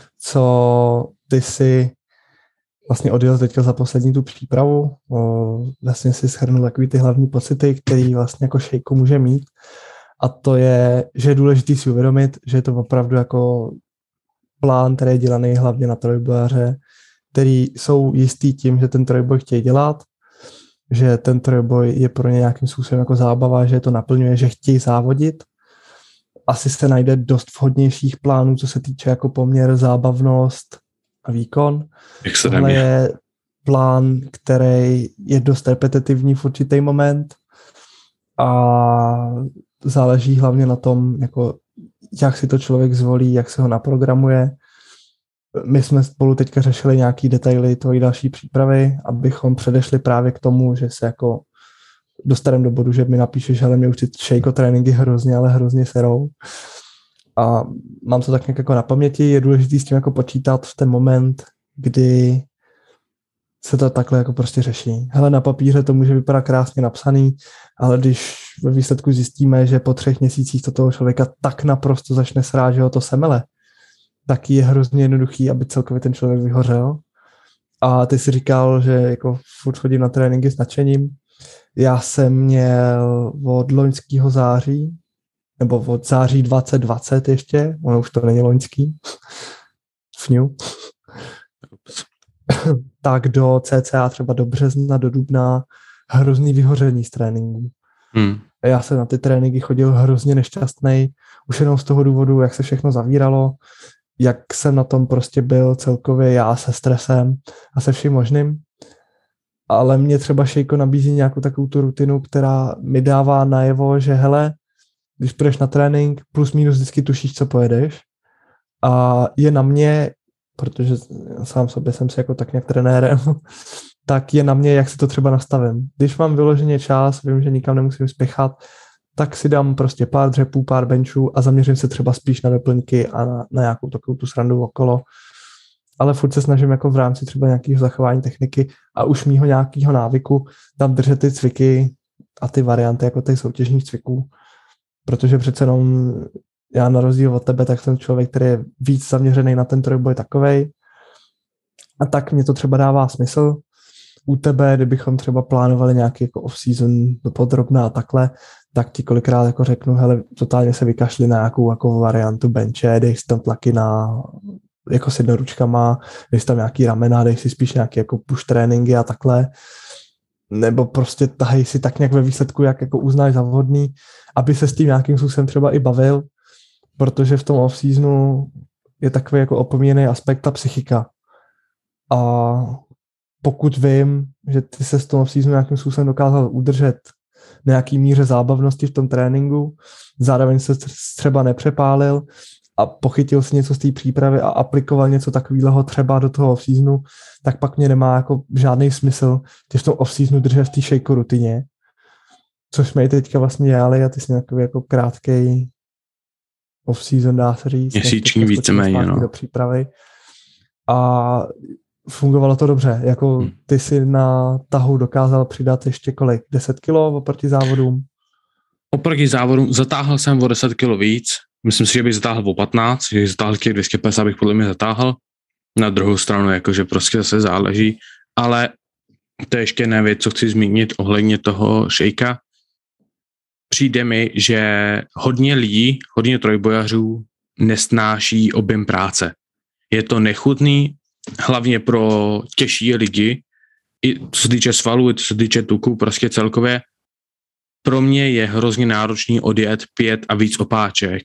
co ty jsi vlastně odjel teďka za poslední tu přípravu. Vlastně si shrnul takový ty hlavní pocity, který vlastně jako šejko může mít, a to je, že je důležité si uvědomit, že je to opravdu jako plán, který je dělaný hlavně na trojbojaře, který jsou jistý tím, že ten trojboj chtějí dělat, že ten trojboj je pro ně nějakým způsobem jako zábava, že to naplňuje, že chtějí závodit. Asi se najde dost vhodnějších plánů, co se týče jako poměr zábavnost a výkon. Tohle je plán, který je dost repetitivní v určitý moment a záleží hlavně na tom, jako jak si to člověk zvolí, jak se ho naprogramuje. My jsme spolu teďka řešili nějaký detaily tvojí další přípravy, abychom předešli právě k tomu, že se jako dostaneme do bodu, že mi napíšeš, ale mě už ty šejko tréninky hrozně serou. A mám to tak nějak jako na paměti, je důležité s tím jako počítat v ten moment, kdy se to takhle jako prostě řeší. Hele, na papíře to může vypadat krásně napsaný, ale když ve výsledku zjistíme, že po 3 měsících to toho člověka tak naprosto začne srát, že ho to semele, tak je hrozně jednoduchý, aby celkově ten člověk vyhořel. A ty si říkal, že jako furt chodím na tréninky s nadšením. Já jsem měl od loňského září, nebo od září 2020 ještě, ono už to není loňský, fňu, tak do cca třeba do března, do dubna hrozný vyhoření z tréninku. Já jsem na ty tréninky chodil hrozně nešťastný, už jenom z toho důvodu, jak se všechno zavíralo, jak jsem na tom prostě byl celkově já se stresem a se vším možným. Ale mě třeba šejko nabízí nějakou takovou tu rutinu, která mi dává najevo, že hele, když půjdeš na trénink, plus minus vždycky tušíš, co pojedeš. A je na mě, protože sám sobě jsem si jako tak nějak trenérem, tak je na mě, jak si to třeba nastavím. Když mám vyloženě čas, vím, že nikam nemusím spěchat, tak si dám prostě pár dřepů, pár benchů a zaměřím se třeba spíš na doplňky a na nějakou takovou tu srandu okolo. Ale furt se snažím jako v rámci třeba nějakého zachování techniky a už mýho nějakého návyku tam držet ty cviky a ty varianty jako těch soutěžních cviků. Protože přece jenom já na rozdíl od tebe, tak jsem člověk, který je víc zaměřený na ten trojboj takovej. A tak mě to třeba dává smysl. U tebe, kdybychom třeba plánovali nějaký jako off-season podrobná a takhle, tak ti kolikrát jako řeknu, hele, totálně se vykašli na nějakou jako variantu benče, dej si tam tlaky na jako s jednoručkama, dej si tam nějaký ramena, dej si spíš nějaký jako push tréninky a takhle, nebo prostě tahej si tak nějak ve výsledku, jak jako uznáš za vhodný, aby se s tím nějakým způsobem třeba i bavil, protože v tom off-seasonu je takový jako opomíjený aspekt ta psychika. A pokud vím, že ty se z toho seasonu nějakým způsobem dokázal udržet na nějaký míře zábavnosti v tom tréninku, zároveň se třeba nepřepálil a pochytil si něco z té přípravy a aplikoval něco takového třeba do toho off-seasonu, tak pak mě nemá jako žádný smysl tě v tom off-seasonu držet v té shake rutině, což jsme i teďka vlastně dělali a ty jsi nějaký jako krátkej off-season, dá se říct. Měsíční víceméně, no. Do přípravy. A fungovalo to dobře. Jako ty si na tahu dokázal přidat ještě kolik? 10 kilo oproti závodům? Oproti závodům zatáhl jsem o 10 kilo víc. Myslím si, že bych zatáhl o 15, že bych zatáhl těch 250 bych podle mě zatáhl. Na druhou stranu, jakože prostě zase záleží. Ale to je ještě jedna věc, co chci zmínit ohledně toho šejka. Přijde mi, že hodně lidí, hodně trojbojařů nesnáší objem práce. Je to nechutný, hlavně pro těžší lidi, i co se týče svalů, i co se týče tuku, prostě celkově. Pro mě je hrozně náročný odjet 5 a víc opáček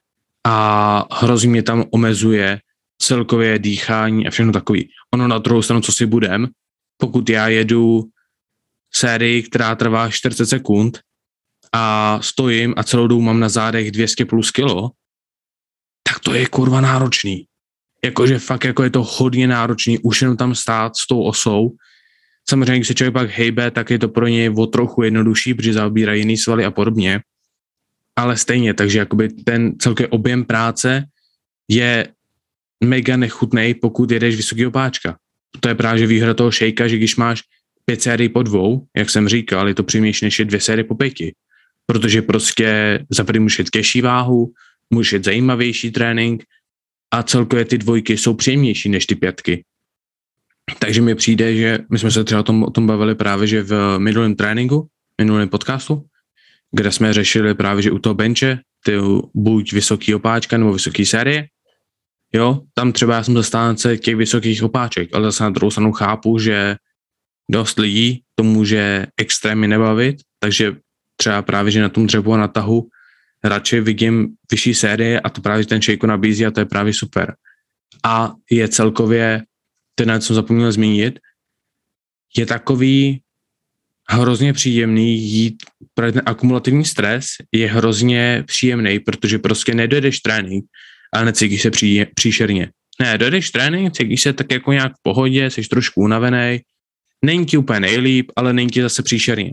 a hrozně mě tam omezuje celkově dýchání a všechno takový. Ono na druhou stranu, co si budem, pokud já jedu sérii, která trvá 40 sekund a stojím a celou dobu mám na zádech 200 plus kilo, tak to je kurva náročný. Jakože fakt jako je to hodně náročný, už jenom tam stát s tou osou. Samozřejmě, když se člověk pak hejbe, tak je to pro něj o trochu jednodušší, protože zabírá jiný svaly a podobně. Ale stejně, takže jakoby ten celkový objem práce je mega nechutnej, pokud jedeš vysoký opáčka. To je právě výhoda toho šejka, že když máš 5 sérií po 2, jak jsem říkal, je to příjemnější než je 2 série po 5. Protože prostě za první můžeš jít těžší váhu, můžeš jít zajímavější trénink a celkově ty 2 jsou příjemnější než ty 5. Takže mi přijde, že my jsme se třeba o tom bavili právě, že v minulém tréninku, minulém podcastu, kde jsme řešili právě, že u toho benče, ty buď vysoký opáčka nebo vysoký série, jo, tam třeba já jsem zastánce těch vysokých opáček, ale zase na druhou stranu chápu, že dost lidí to může extrémně nebavit, takže třeba právě, že na tom dřevu a na tahu radši vidím vyšší série a to právě ten šejko nabízí a to je právě super. A je celkově, ten jsem zapomněl zmínit, je takový hrozně příjemný jít, protože ten akumulativní stres je hrozně příjemný, protože prostě nedojedeš trénink, ale necítíš se příšerně. Ne, dojedeš trénink, cítíš se tak jako nějak v pohodě, jsi trošku unavený, není ti úplně nejlíp, ale není ti zase příšerně.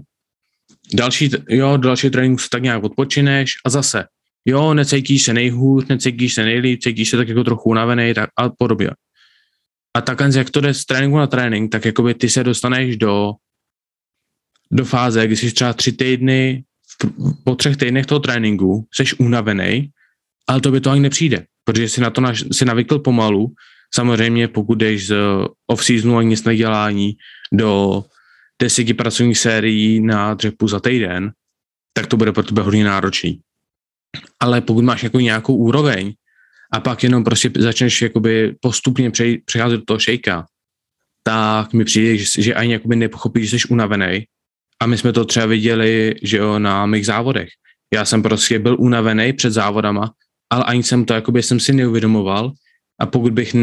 Další tréninku se tak nějak odpočineš a zase, jo, necítíš se nejhůř, necítíš se nejlíp, cítíš se tak jako trochu unavený tak a podobně. A takhle, jak to jde z tréninku na trénink, tak jakoby ty se dostaneš do fáze, kdy jsi třeba 3 týdny, po 3 týdnech toho tréninku jsi unavený, ale to by to ani nepřijde, protože jsi na to si navykl pomalu. Samozřejmě pokud jdeš z off-seasonu a nic nedělání do 10 pracovních sérií na dřepu za týden, tak to bude pro tebe hodně náročný. Ale pokud máš jako nějakou úroveň a pak jenom prostě začneš jakoby postupně přecházet do toho šejka, tak mi přijde, že ani jakoby nepochopíš, že jsi unavený. A my jsme to třeba viděli, že jo, na mých závodech. Já jsem prostě byl unavený před závodama, ale ani jsem to jakoby jsem si neuvědomoval a pokud bych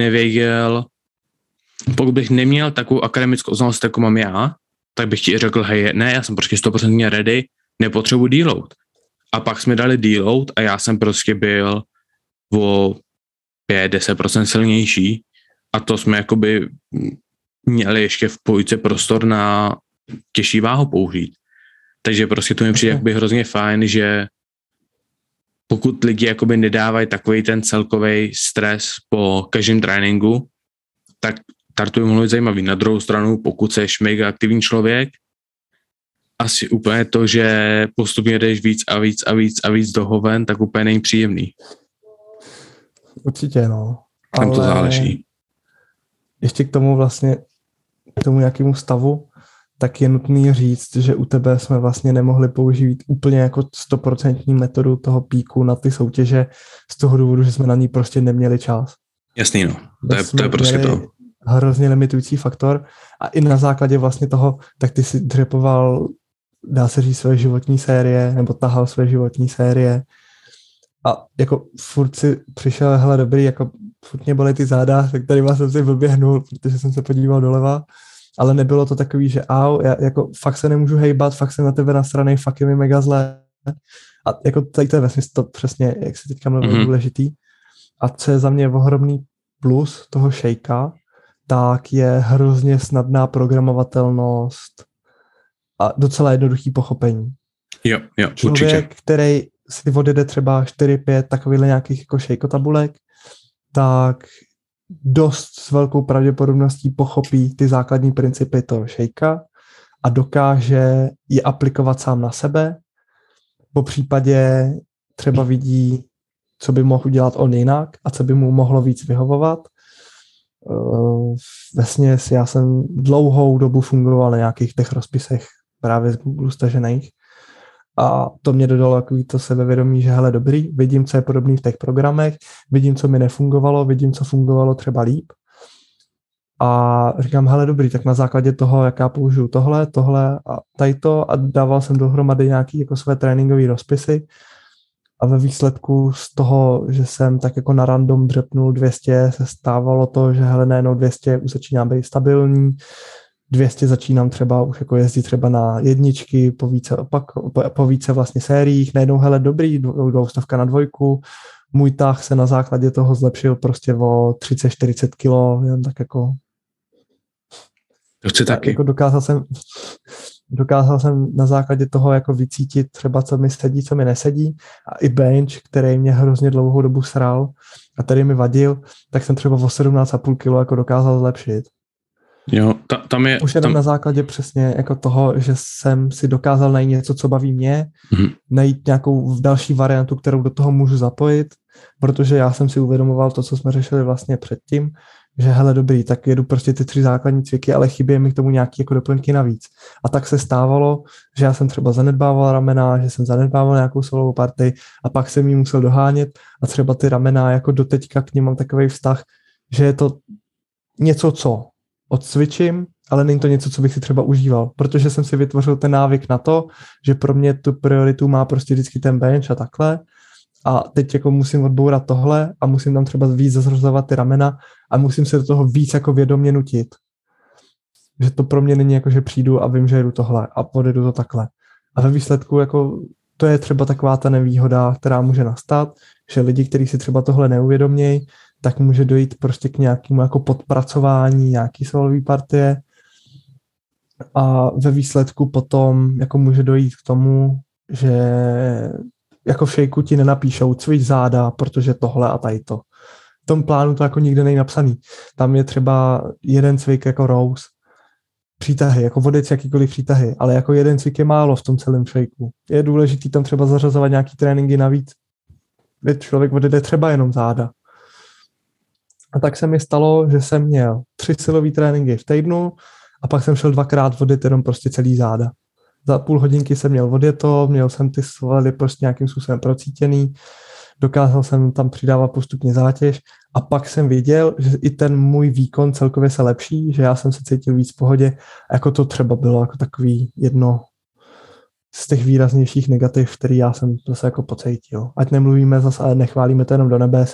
neměl takovou akademickou znalost, jako mám já, tak bych ti řekl, hej, ne, já jsem prostě 100% ready, nepotřebuji deload. A pak jsme dali deload a já jsem prostě byl o 5-10% silnější a to jsme jakoby měli ještě v půjce prostor na těžší váhu použít. Takže prostě to mi přijde jakoby hrozně fajn, že pokud lidi jakoby nedávají takový ten celkový stres po každém tréninku, tak startuj mohlo být zajímavý. Na druhou stranu, pokud jsi mega aktivní člověk, asi úplně to, že postupně jdeš víc a víc do hoven, tak úplně není příjemný. Určitě, no. Tam to záleží. Ještě k tomu vlastně, k tomu nějakému stavu, tak je nutný říct, že u tebe jsme vlastně nemohli použít úplně jako 100% metodu toho píku na ty soutěže z toho důvodu, že jsme na ní prostě neměli čas. Jasný, no. To je prostě to. Hrozně limitující faktor a i na základě vlastně toho, tak ty si dřepoval, dá se říct, své životní série, nebo tahal své životní série a jako furt si přišel, hele dobrý, jako furt mě bolí ty záda, tak tady jsem si vyběhnul, protože jsem se podíval doleva ale nebylo to takový, že já jako fakt se nemůžu hejbat, fakt jsem na tebe nasranej, fakt je mi mega zlé. A jako tady to je vlastně to přesně, jak se teďka mluvil, důležitý. A co je za mě ohromný plus toho shakea, tak je hrozně snadná programovatelnost a docela jednoduchý pochopení. Jo, Člověk, určitě. který si odjede třeba 4-5 takovýchhle nějakých jako shake-tabulek, tak dost s velkou pravděpodobností pochopí ty základní principy toho shakea a dokáže je aplikovat sám na sebe. Po případě třeba vidí, co by mohl udělat on jinak a co by mu mohlo víc vyhovovat. Vesměs já jsem dlouhou dobu fungoval na nějakých těch rozpisech právě z Google stažených a to mě dodalo takový to sebevědomí, že hele dobrý, vidím, co je podobný v těch programech, vidím, co mi nefungovalo, vidím, co fungovalo třeba líp a říkám, hele dobrý, tak na základě toho, jak já použiju tohle a tady to a dával jsem dohromady nějaký jako své tréninkové rozpisy a ve výsledku z toho, že jsem tak jako na random dřepnul 200, se stávalo to, že hele najednou 200 už začíná být stabilní, 200 začínám třeba už jako jezdit třeba na jedničky, po více vlastně sériích, najednou hele dobrý, 200 na dvojku, můj tah se na základě toho zlepšil prostě o 30-40 kilo, jen tak jako... To chci taky. Jako dokázal jsem na základě toho jako vycítit třeba, co mi sedí, co mi nesedí a i bench, který mě hrozně dlouhou dobu sral a který mi vadil, tak jsem třeba o 17,5 kg jako dokázal zlepšit. Jo, tam je... Už jenom na základě přesně jako toho, že jsem si dokázal najít něco, co baví mě, najít nějakou další variantu, kterou do toho můžu zapojit, protože já jsem si uvědomoval to, co jsme řešili vlastně předtím, že hele dobrý, tak jedu prostě ty 3 základní cviky, ale chybí mi k tomu nějaké jako doplňky navíc. A tak se stávalo, že já jsem třeba zanedbával ramena, že jsem zanedbával nějakou solovou partii a pak jsem jí musel dohánět a třeba ty ramena jako doteďka k nim mám takový vztah, že je to něco, co odcvičím, ale není to něco, co bych si třeba užíval, protože jsem si vytvořil ten návyk na to, že pro mě tu prioritu má prostě vždycky ten bench a takhle a teď jako musím odbourat tohle a musím tam třeba víc zazrazovat ty ramena a musím se do toho víc jako vědomě nutit. Že to pro mě není jako, že přijdu a vím, že jedu tohle a odjedu to takhle. A ve výsledku jako to je třeba taková ta nevýhoda, která může nastat, že lidi, kteří si třeba tohle neuvědomějí, tak může dojít prostě k nějakému jako podpracování nějaký svalový partie a ve výsledku potom jako může dojít k tomu, že jako v shakeu ti nenapíšou cvič záda, protože tohle a tady to. V tom plánu to jako nikde není napsaný. Tam je třeba jeden cvik jako rows, přítahy, jako vodec jakýkoliv přítahy, ale jako jeden cvik je málo v tom celém shakeu. Je důležitý tam třeba zařazovat nějaký tréninky navíc. Člověk odjede třeba jenom záda. A tak se mi stalo, že jsem měl 3 silové tréninky v týdnu a pak jsem šel 2krát odjet jenom prostě celý záda. Za půl hodinky jsem měl odjeto, měl jsem ty svaly prostě nějakým způsobem procítěný, dokázal jsem tam přidávat postupně zátěž a pak jsem viděl, že i ten můj výkon celkově se lepší, že já jsem se cítil víc v pohodě a jako to třeba bylo jako takový jedno z těch výraznějších negativ, který já jsem zase jako pocítil. Ať nemluvíme zase, ale nechválíme to jenom do nebes.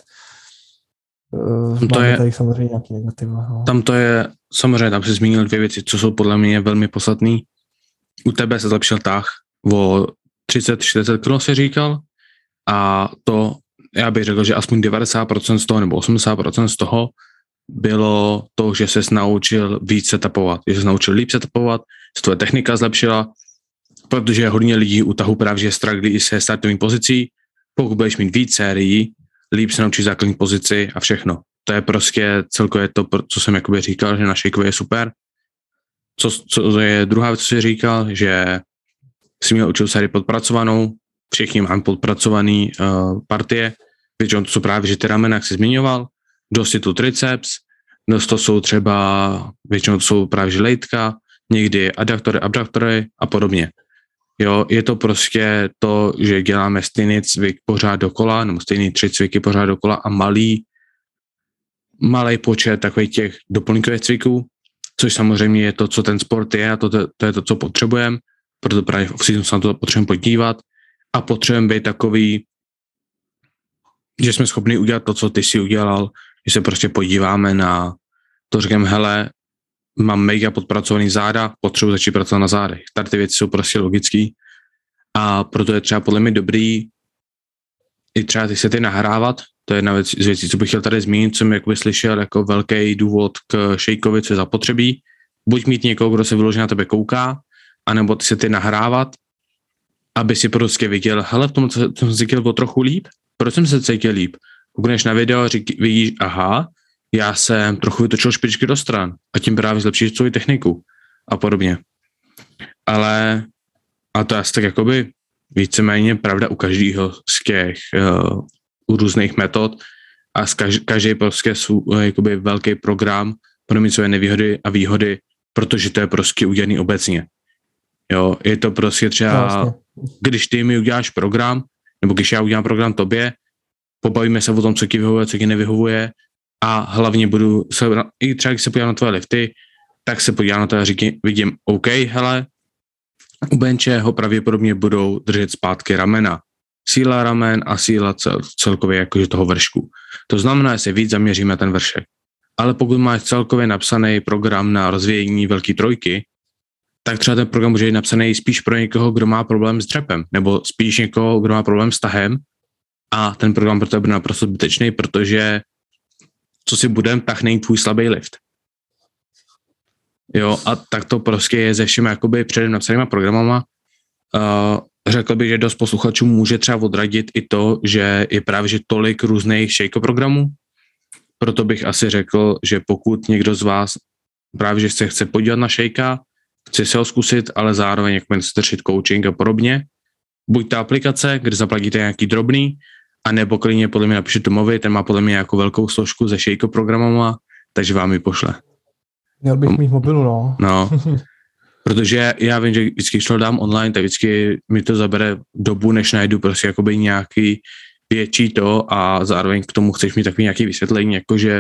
To je tady samozřejmě nějaký negativa. No. Tam to je, samozřejmě tam si zmínil 2 věci, co jsou podle mě velmi podstatný. U tebe se zlepšil tah o 30-40 kg se říkal a to, já bych řekl, že aspoň 90% z toho nebo 80% z toho bylo to, že ses naučil víc setupovat, že ses naučil líp setupovat, že tvoje technika zlepšila, protože hodně lidí u tahu právě že strugglí i se startovní pozicí, pokud budeš mít víc sérií, líp se naučíš základní pozici a všechno. To je prostě celkově to, co jsem jakoby říkal, že na shakeově je super. Co je druhá věc, co jsi říkal, že jsi měl učil sérii podpracovanou, všichni máme podpracovaný partie, většinou to jsou právě, že ty ramena, jak jsi zmiňoval, dost je tu triceps, dost to jsou třeba, většinou to jsou právě že lejtka, někdy adductory, abductory a podobně. Jo, je to prostě to, že děláme stejný cvik pořád dokola, nebo stejný 3 cviky pořád dokola a malý počet takových těch doplňkových cviků, což samozřejmě je to, co ten sport je a to je to, co potřebujeme, proto právě v off-season se na to potřebujeme podívat a potřebujeme být takový, že jsme schopni udělat to, co ty si udělal, že se prostě podíváme na to, řekneme, hele, mám mega podpracovaný záda, potřebuji začít pracovat na zádech. Tady ty věci jsou prostě logický a proto je třeba podle mě dobrý i třeba ty sety nahrávat. To je jedna věc z věcí, co bych chtěl tady zmínit, co mi jakoby slyšel jako velký důvod k šejkovi, co je zapotřebí. Buď mít někoho, kdo se vyloženě na tebe kouká, anebo ty sety nahrávat, aby si prostě viděl, hele, v tom jsem cítil o trochu líp, proč jsem se cítil líp? Koukneš na video a vidíš, aha, já jsem trochu vytočil špičky do stran a tím právě zlepšíš svou techniku a podobně. Ale a to je asi tak jakoby víceméně pravda u každého z těch u různých metod a každý prostě jakoby velký program bude mít své nevýhody a výhody, protože to je prostě udělaný obecně. Jo, je to prostě třeba, když ty mi uděláš program, nebo když já udělám program tobě, pobavíme se o tom, co ti vyhovuje, co ti nevyhovuje a hlavně budu se, i třeba když se podívám na tvoje lifty, tak se podívám na to a vidím, OK, hele, u benče ho pravděpodobně budou držet zpátky ramena. Síla ramen a síla celkově jakože toho vršku. To znamená, že se víc zaměříme na ten vršek. Ale pokud máš celkově napsaný program na rozvíjení velký trojky, tak třeba ten program může být napsaný spíš pro někoho, kdo má problém s dřepem, nebo spíš někoho, kdo má problém s tahem a ten program pro tebe bude naprosto zbytečný, protože co si budem, tak není tvůj slabý lift. Jo, a tak to prostě je se všemi jakoby předem napsanýma programama. Řekl bych, že dost posluchačů může třeba odradit i to, že je právě že tolik různých shake programů. Proto bych asi řekl, že pokud někdo z vás právě že se chce podívat na shakea, chce se ho zkusit, ale zároveň jak chcete řešit coaching a podobně, buď ta aplikace, kde zaplatíte nějaký drobný, anebo klidně podle mě napíše Tomovi, ten má podle mě jako velkou složku se shake programama, takže vám ji pošle. Měl bych mít mobilu, no. No, protože já vím, že vždycky, když to dám online, tak vždycky mi to zabere dobu, než najdu prostě jakoby nějaký větší to a zároveň k tomu chceš mít takový nějaký vysvětlení, jakože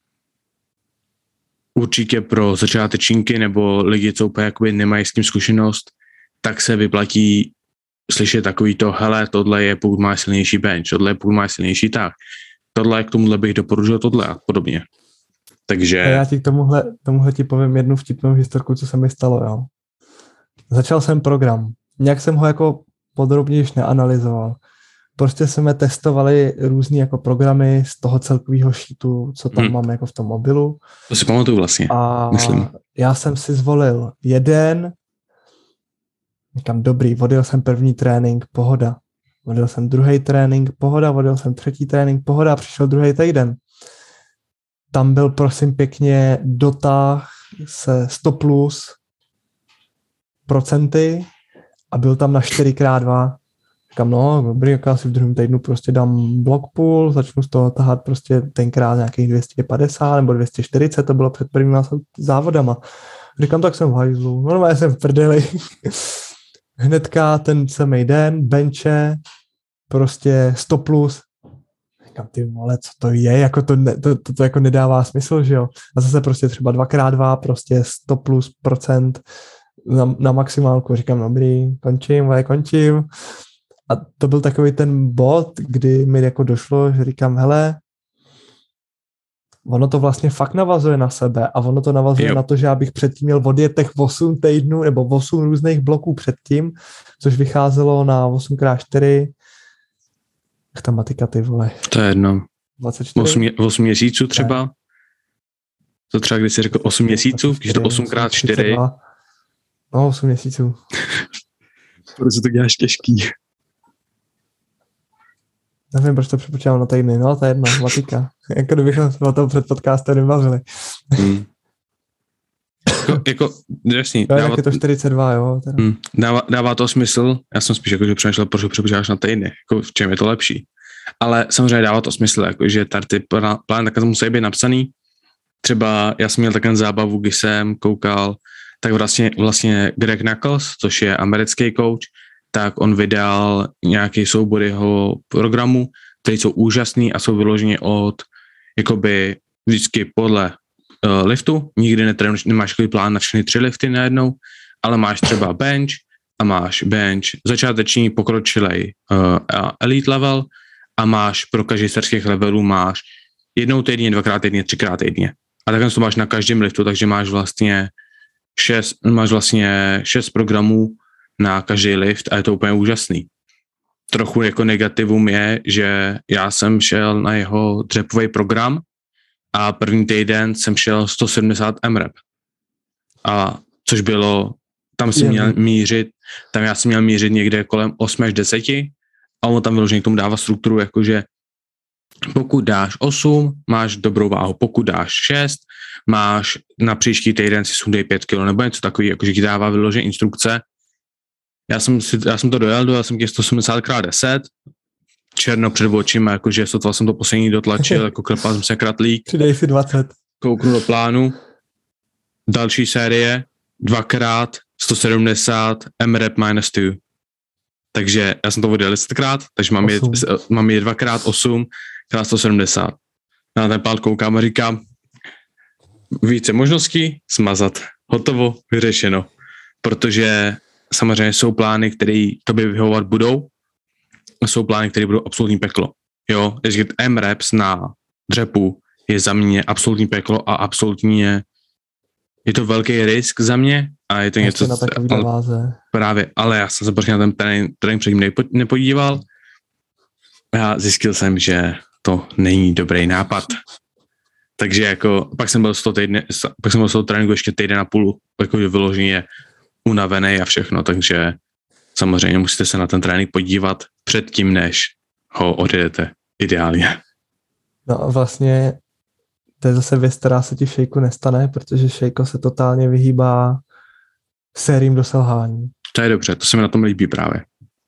určitě pro začátečníky nebo lidi, co úplně jakoby nemají s tím zkušenost, tak se vyplatí slyšet takový to, hele, tohle je pokud máš silnější bench, tohle je pokud máš silnější tak, tohle k tomuhle bych doporučil tohle a podobně. Takže... A já ti k tomuhle ti povím jednu vtipnou historku, co se mi stalo, jo. Začal jsem program, nějak jsem ho jako podrobnějš neanalyzoval. Prostě jsme testovali různý jako programy z toho celkového sheetu, co tam mám jako v tom mobilu. To si pamatuju vlastně, a myslím. Já jsem si zvolil jeden, říkám dobrý, odjel jsem první trénink, pohoda. Odjel jsem druhý trénink, pohoda, odjel jsem třetí trénink, pohoda, přišel druhý týden. Tam byl prosím pěkně dotah se 100+ procenty a byl tam na 4x2. Říkám, no, dobrý, jak já si v druhém týdnu prostě dám block pull, začnu z toho tahat prostě tenkrát nějakých 250 nebo 240, to bylo před prvníma závodama. Říkám, tak jsem v hajzlu, normálně jsem v prdeli. Hnedka ten samý den, benče, prostě 100+. Říkám, ty vole, co to je, jako to jako nedává smysl, že jo. A zase prostě třeba 2x2, prostě 100+% na maximálku. Říkám, dobrý, končím. A to byl takový ten bod, kdy mi jako došlo, že říkám, hele, ono to vlastně fakt navazuje na sebe a ono to navazuje na to, že já bych předtím měl odjet těch 8 týdnů nebo 8 různých bloků předtím, což vycházelo na 8x4. Jak ta matika, ty vole. To je jedno. 24. 8 měsíců třeba? Ne. To třeba, když jsi řekl 8 měsíců, když to 8x4. No, 8 měsíců. Protože to děláš těžký. Nevím, proč to přepočítám na týdny, no to je jedno, matika. Jako kdybychom se o tom před podcastem nebavili. Jako jasný. Dává, je to 42, jo. Dává to smysl, já jsem spíš jako, že přemýšlel, proč ho přepočítáš na týdny, jako v čem je to lepší. Ale samozřejmě dává to smysl, jako, že tady ty plán takhle musí být napsaný. Třeba já jsem měl takovou zábavu, když jsem koukal, tak vlastně Greg Knuckles, což je americký coach, tak on vydal nějaký soubor jeho programu, které jsou úžasný a jsou vyloženě od, jakoby vždycky podle liftu, nikdy nemáš plán na všechny 3 lifty najednou, ale máš třeba bench a máš bench začáteční, pokročilej elite level a máš pro každý z těch levelů máš 1 týdně, 2x týdně, 3x týdně. A takhle to máš na každém liftu, takže máš vlastně 6 programů na každý lift a je to úplně úžasný. Trochu jako negativum je, že já jsem šel na jeho dřepový program a první týden jsem šel 170 mrep. A což bylo, tam já jsem měl mířit někde kolem 8 až 10 a on tam vyloženě k tomu dává strukturu, jakože pokud dáš 8, máš dobrou váhu, pokud dáš 6, máš na příští týden si sundej 5 kg, nebo něco takový, jakože ti dává vyloženě instrukce. Já jsem to dojel jsem těch 180x10, černo před očima, jakože sotva jsem to poslední dotlačil, jako klepal jsem se kratlík. Přidej si 20. Kouknu do plánu, další série, 2x 170 mrep -2. Takže já jsem to odjel 10krát, takže mám je 2x8 x 170. Na ten pál koukám a říkám, více možností, smazat, hotovo, vyřešeno. Protože samozřejmě jsou plány, které tobě vyhovovat budou, a jsou plány, které budou absolutní peklo. Jo, jezdit M-reps na dřepu je za mě absolutní peklo a absolutně je to velký risk za mě a je to něco, na takový váze. Právě, ale já jsem se prostě na ten trénink předtím nepodíval a zjistil jsem, že to není dobrý nápad. Takže jako, pak jsem byl z toho tréninku ještě týden a půl, jako vyloženě unavený a všechno, takže samozřejmě musíte se na ten trénink podívat předtím, než ho odjedete ideálně. No a vlastně to je zase věc, která se ti v šejku nestane, protože šejko se totálně vyhýbá sériím do selhání. To je dobře, to se mi na tom líbí právě.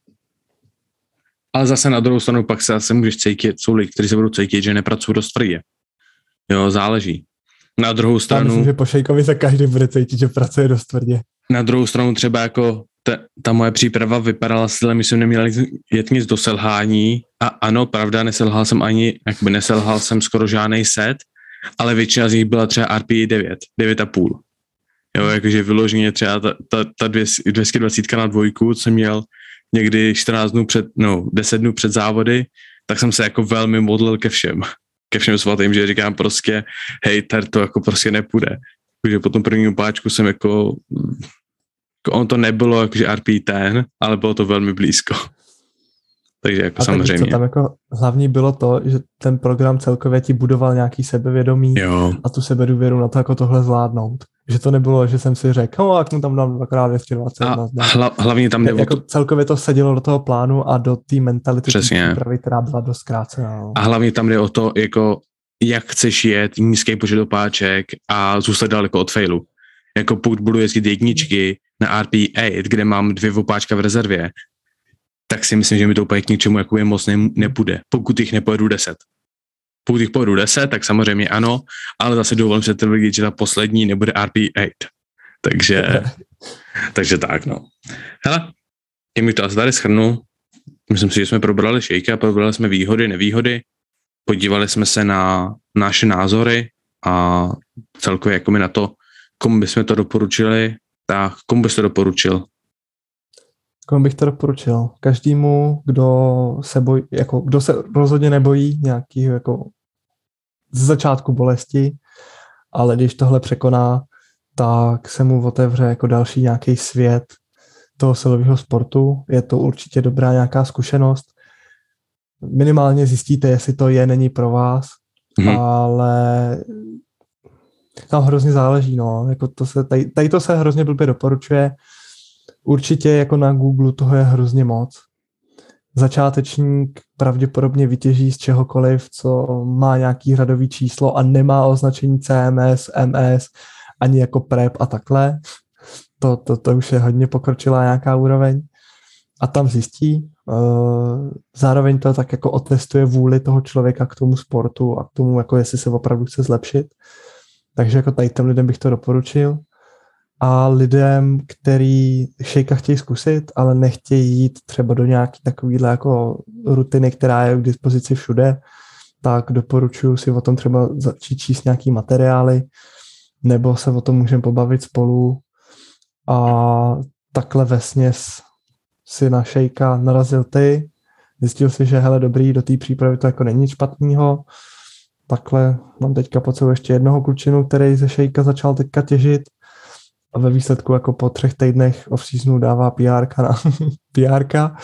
Ale zase na druhou stranu pak se zase můžeš cítit, jsou lidi, kteří se budou cítit, že nepracují dost tvrdě. Jo, záleží. Na druhou stranu... Já myslím, že po šejkovi se každý bude cítit, že pracuje dost tvrdě. Na druhou stranu třeba jako ta moje příprava vypadala stylem, že jsem neměl jet nic do selhání a ano, pravda, neselhal jsem skoro žádnej set, ale většina z nich byla třeba RPI 9,5. Jo, jakože vyloženě třeba ta 220 na dvojku, co jsem měl někdy 10 dnů před závody, tak jsem se jako velmi modlil ke všem svatým, že říkám prostě, hej, tady to jako prostě nepůjde. Takže po tom prvním páčku jsem jako on to nebylo jakože RPI 10, ale bylo to velmi blízko. Takže jako a samozřejmě. Tak, tam jako hlavní bylo to, že ten program celkově ti budoval nějaký sebevědomí a tu sebedůvěru na to, jako tohle zvládnout. Že to nebylo, že jsem si řekl, no, jak mu tam dám 2x220. A hlavně tam jako celkově to sedělo do toho plánu a do té mentality přípravy, která byla dost zkrácená. No. A hlavně tam jde o to, jako jak chceš jet nízký počet opáček a zůstat daleko od failu. Jako pokud budu jezdit jedničky na RPI 8, kde mám 2 opáčka v rezervě, tak si myslím, že mi to úplně k ničemu jakoby moc nepůjde, pokud jich nepojedu 10. Pokud jich pojedu 10, tak samozřejmě ano, ale zase dovolím se tvrdit, že ta poslední nebude RPI 8. Takže tak, no. Hele, tím bych to asi tady shrnul. Myslím si, že jsme probrali šejka, probrali jsme výhody, nevýhody, podívali jsme se na naše názory a celkově jako mi na to, komu bychom to doporučili, tak komu bys to doporučil? Komu bych to doporučil? Každému, kdo se rozhodně nebojí nějaký jako z začátku bolesti, ale když tohle překoná, tak se mu otevře jako další nějaký svět toho silového sportu. Je to určitě dobrá nějaká zkušenost. Minimálně zjistíte, jestli to není pro vás, ale tam hrozně záleží, no. Jako tady to se hrozně blbě doporučuje. Určitě jako na Google toho je hrozně moc. Začátečník pravděpodobně vytěží z čehokoliv, co má nějaký řadový číslo a nemá označení CMS, MS, ani jako prep a takhle. To už je hodně pokročilá nějaká úroveň. A tam zjistí. Zároveň to tak jako otestuje vůli toho člověka k tomu sportu a k tomu, jako jestli se opravdu chce zlepšit. Takže jako tady těm lidem bych to doporučil. A lidem, který šejka chtějí zkusit, ale nechtějí jít třeba do nějaký takovýhle jako rutiny, která je k dispozici všude, tak doporučuji si o tom třeba začít číst nějaký materiály, nebo se o tom můžeme pobavit spolu a takhle vesměs si na šejka narazil ty, zjistil si, že hele dobrý, do té přípravy to jako není špatnýho, takhle mám teďka pod sebou ještě jednoho klučinu, který ze šejka začal teďka těžit a ve výsledku jako po 3 týdnech off-seasonu dává PRka na PRka.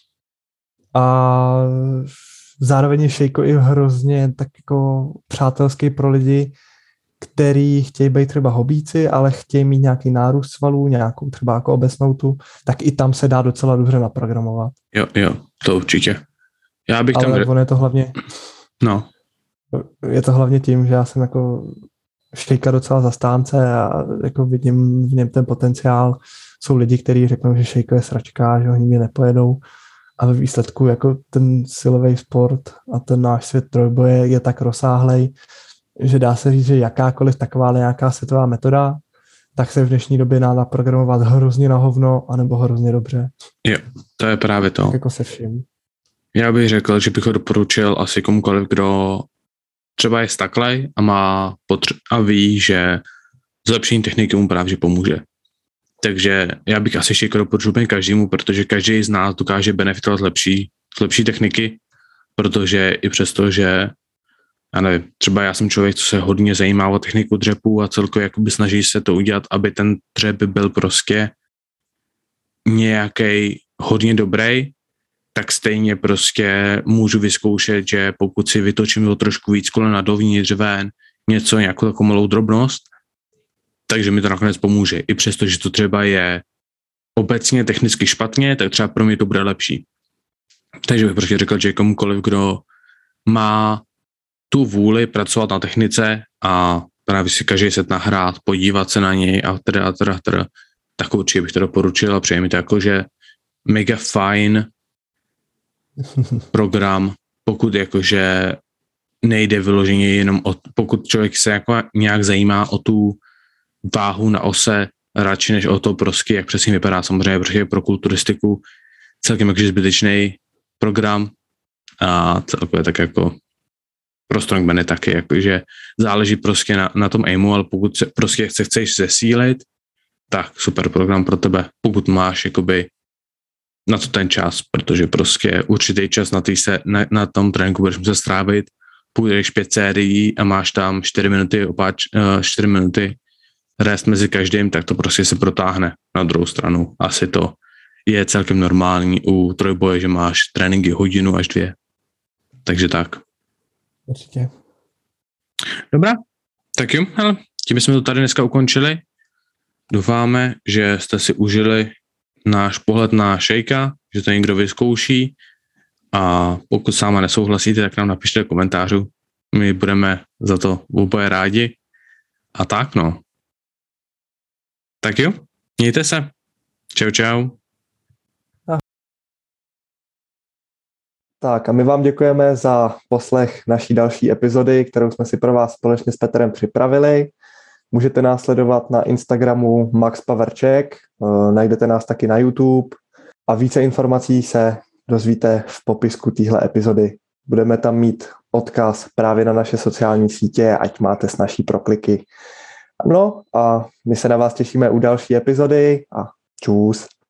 A zároveň je šejko i hrozně tak jako přátelský pro lidi, který chtějí být třeba hobíci, ale chtějí mít nějaký nárůst svalů, nějakou třeba jako obecnou tu, tak i tam se dá docela dobře naprogramovat. Jo, to určitě. Já bych ale on je to hlavně... No. Je to hlavně tím, že já jsem jako šejka docela zastánce a jako vidím v něm ten potenciál. Jsou lidi, kteří řeknou, že šejko je sračka, že ho nikdy nepojedou. A ve výsledku jako ten silový sport a ten náš svět trojboje je tak rozsáhlej, že dá se říct, že jakákoliv taková nějaká světová metoda, tak se v dnešní době dá naprogramovat hrozně na hovno anebo hrozně dobře. Jo, to je právě to. Tak jako se vším. Já bych řekl, že bych ho doporučil asi komukoliv, kdo třeba je staklej a má a ví, že zlepšení techniky mu právě pomůže. Takže já bych asi ještě doporučil každému, protože každý z nás dokáže benefitovat z lepší techniky, protože i přesto, že já nevím, třeba já jsem člověk, co se hodně zajímá o techniku dřepu a celkově jakoby snaží se to udělat, aby ten dřep byl prostě nějaký hodně dobrý, tak stejně prostě můžu vyzkoušet, že pokud si vytočím o trošku víc kolena dovnitř ven, něco, nějakou takovou malou drobnost, takže mi to nakonec pomůže. I přesto, že to třeba je obecně technicky špatně, tak třeba pro mě to bude lepší. Takže bych prostě řekl, že komukoliv, kdo má tu vůli pracovat na technice a právě si každý set nahrát, podívat se na něj a teda, tak určitě bych to doporučil a přeji mi to jakože mega fajn program, pokud jakože nejde vyloženě jenom pokud člověk se jako nějak zajímá o tu váhu na ose, radši než o to prostě, jak přesně vypadá, samozřejmě, protože pro kulturistiku celkem jakože zbytečný program a celkově tak jako pro strongmany taky, jakože záleží prostě na tom aimu, ale pokud se prostě chceš zesílit, tak super program pro tebe, pokud máš jakoby na to ten čas, protože prostě určitý čas na tom tréninku budeš muset strávit, půjdeš 5 sérií a máš tam 4 minuty rest mezi každým, tak to prostě se protáhne. Na druhou stranu asi to je celkem normální u trojboje, že máš tréninky 1 hodinu až 2. Takže tak. Určitě. Dobrá, tak jo, hele, tím jsme to tady dneska ukončili. Doufáme, že jste si užili náš pohled na šejka, že to někdo vyzkouší a pokud s náma nesouhlasíte, tak nám napište do komentářů. My budeme za to oboje rádi. A tak no. Tak jo, mějte se. Čau. Tak a my vám děkujeme za poslech naší další epizody, kterou jsme si pro vás společně s Petrem připravili. Můžete nás sledovat na Instagramu Max Paverček, najdete nás taky na YouTube a více informací se dozvíte v popisku téhle epizody. Budeme tam mít odkaz právě na naše sociální sítě, ať máte snazší prokliky. No a my se na vás těšíme u další epizody a čus.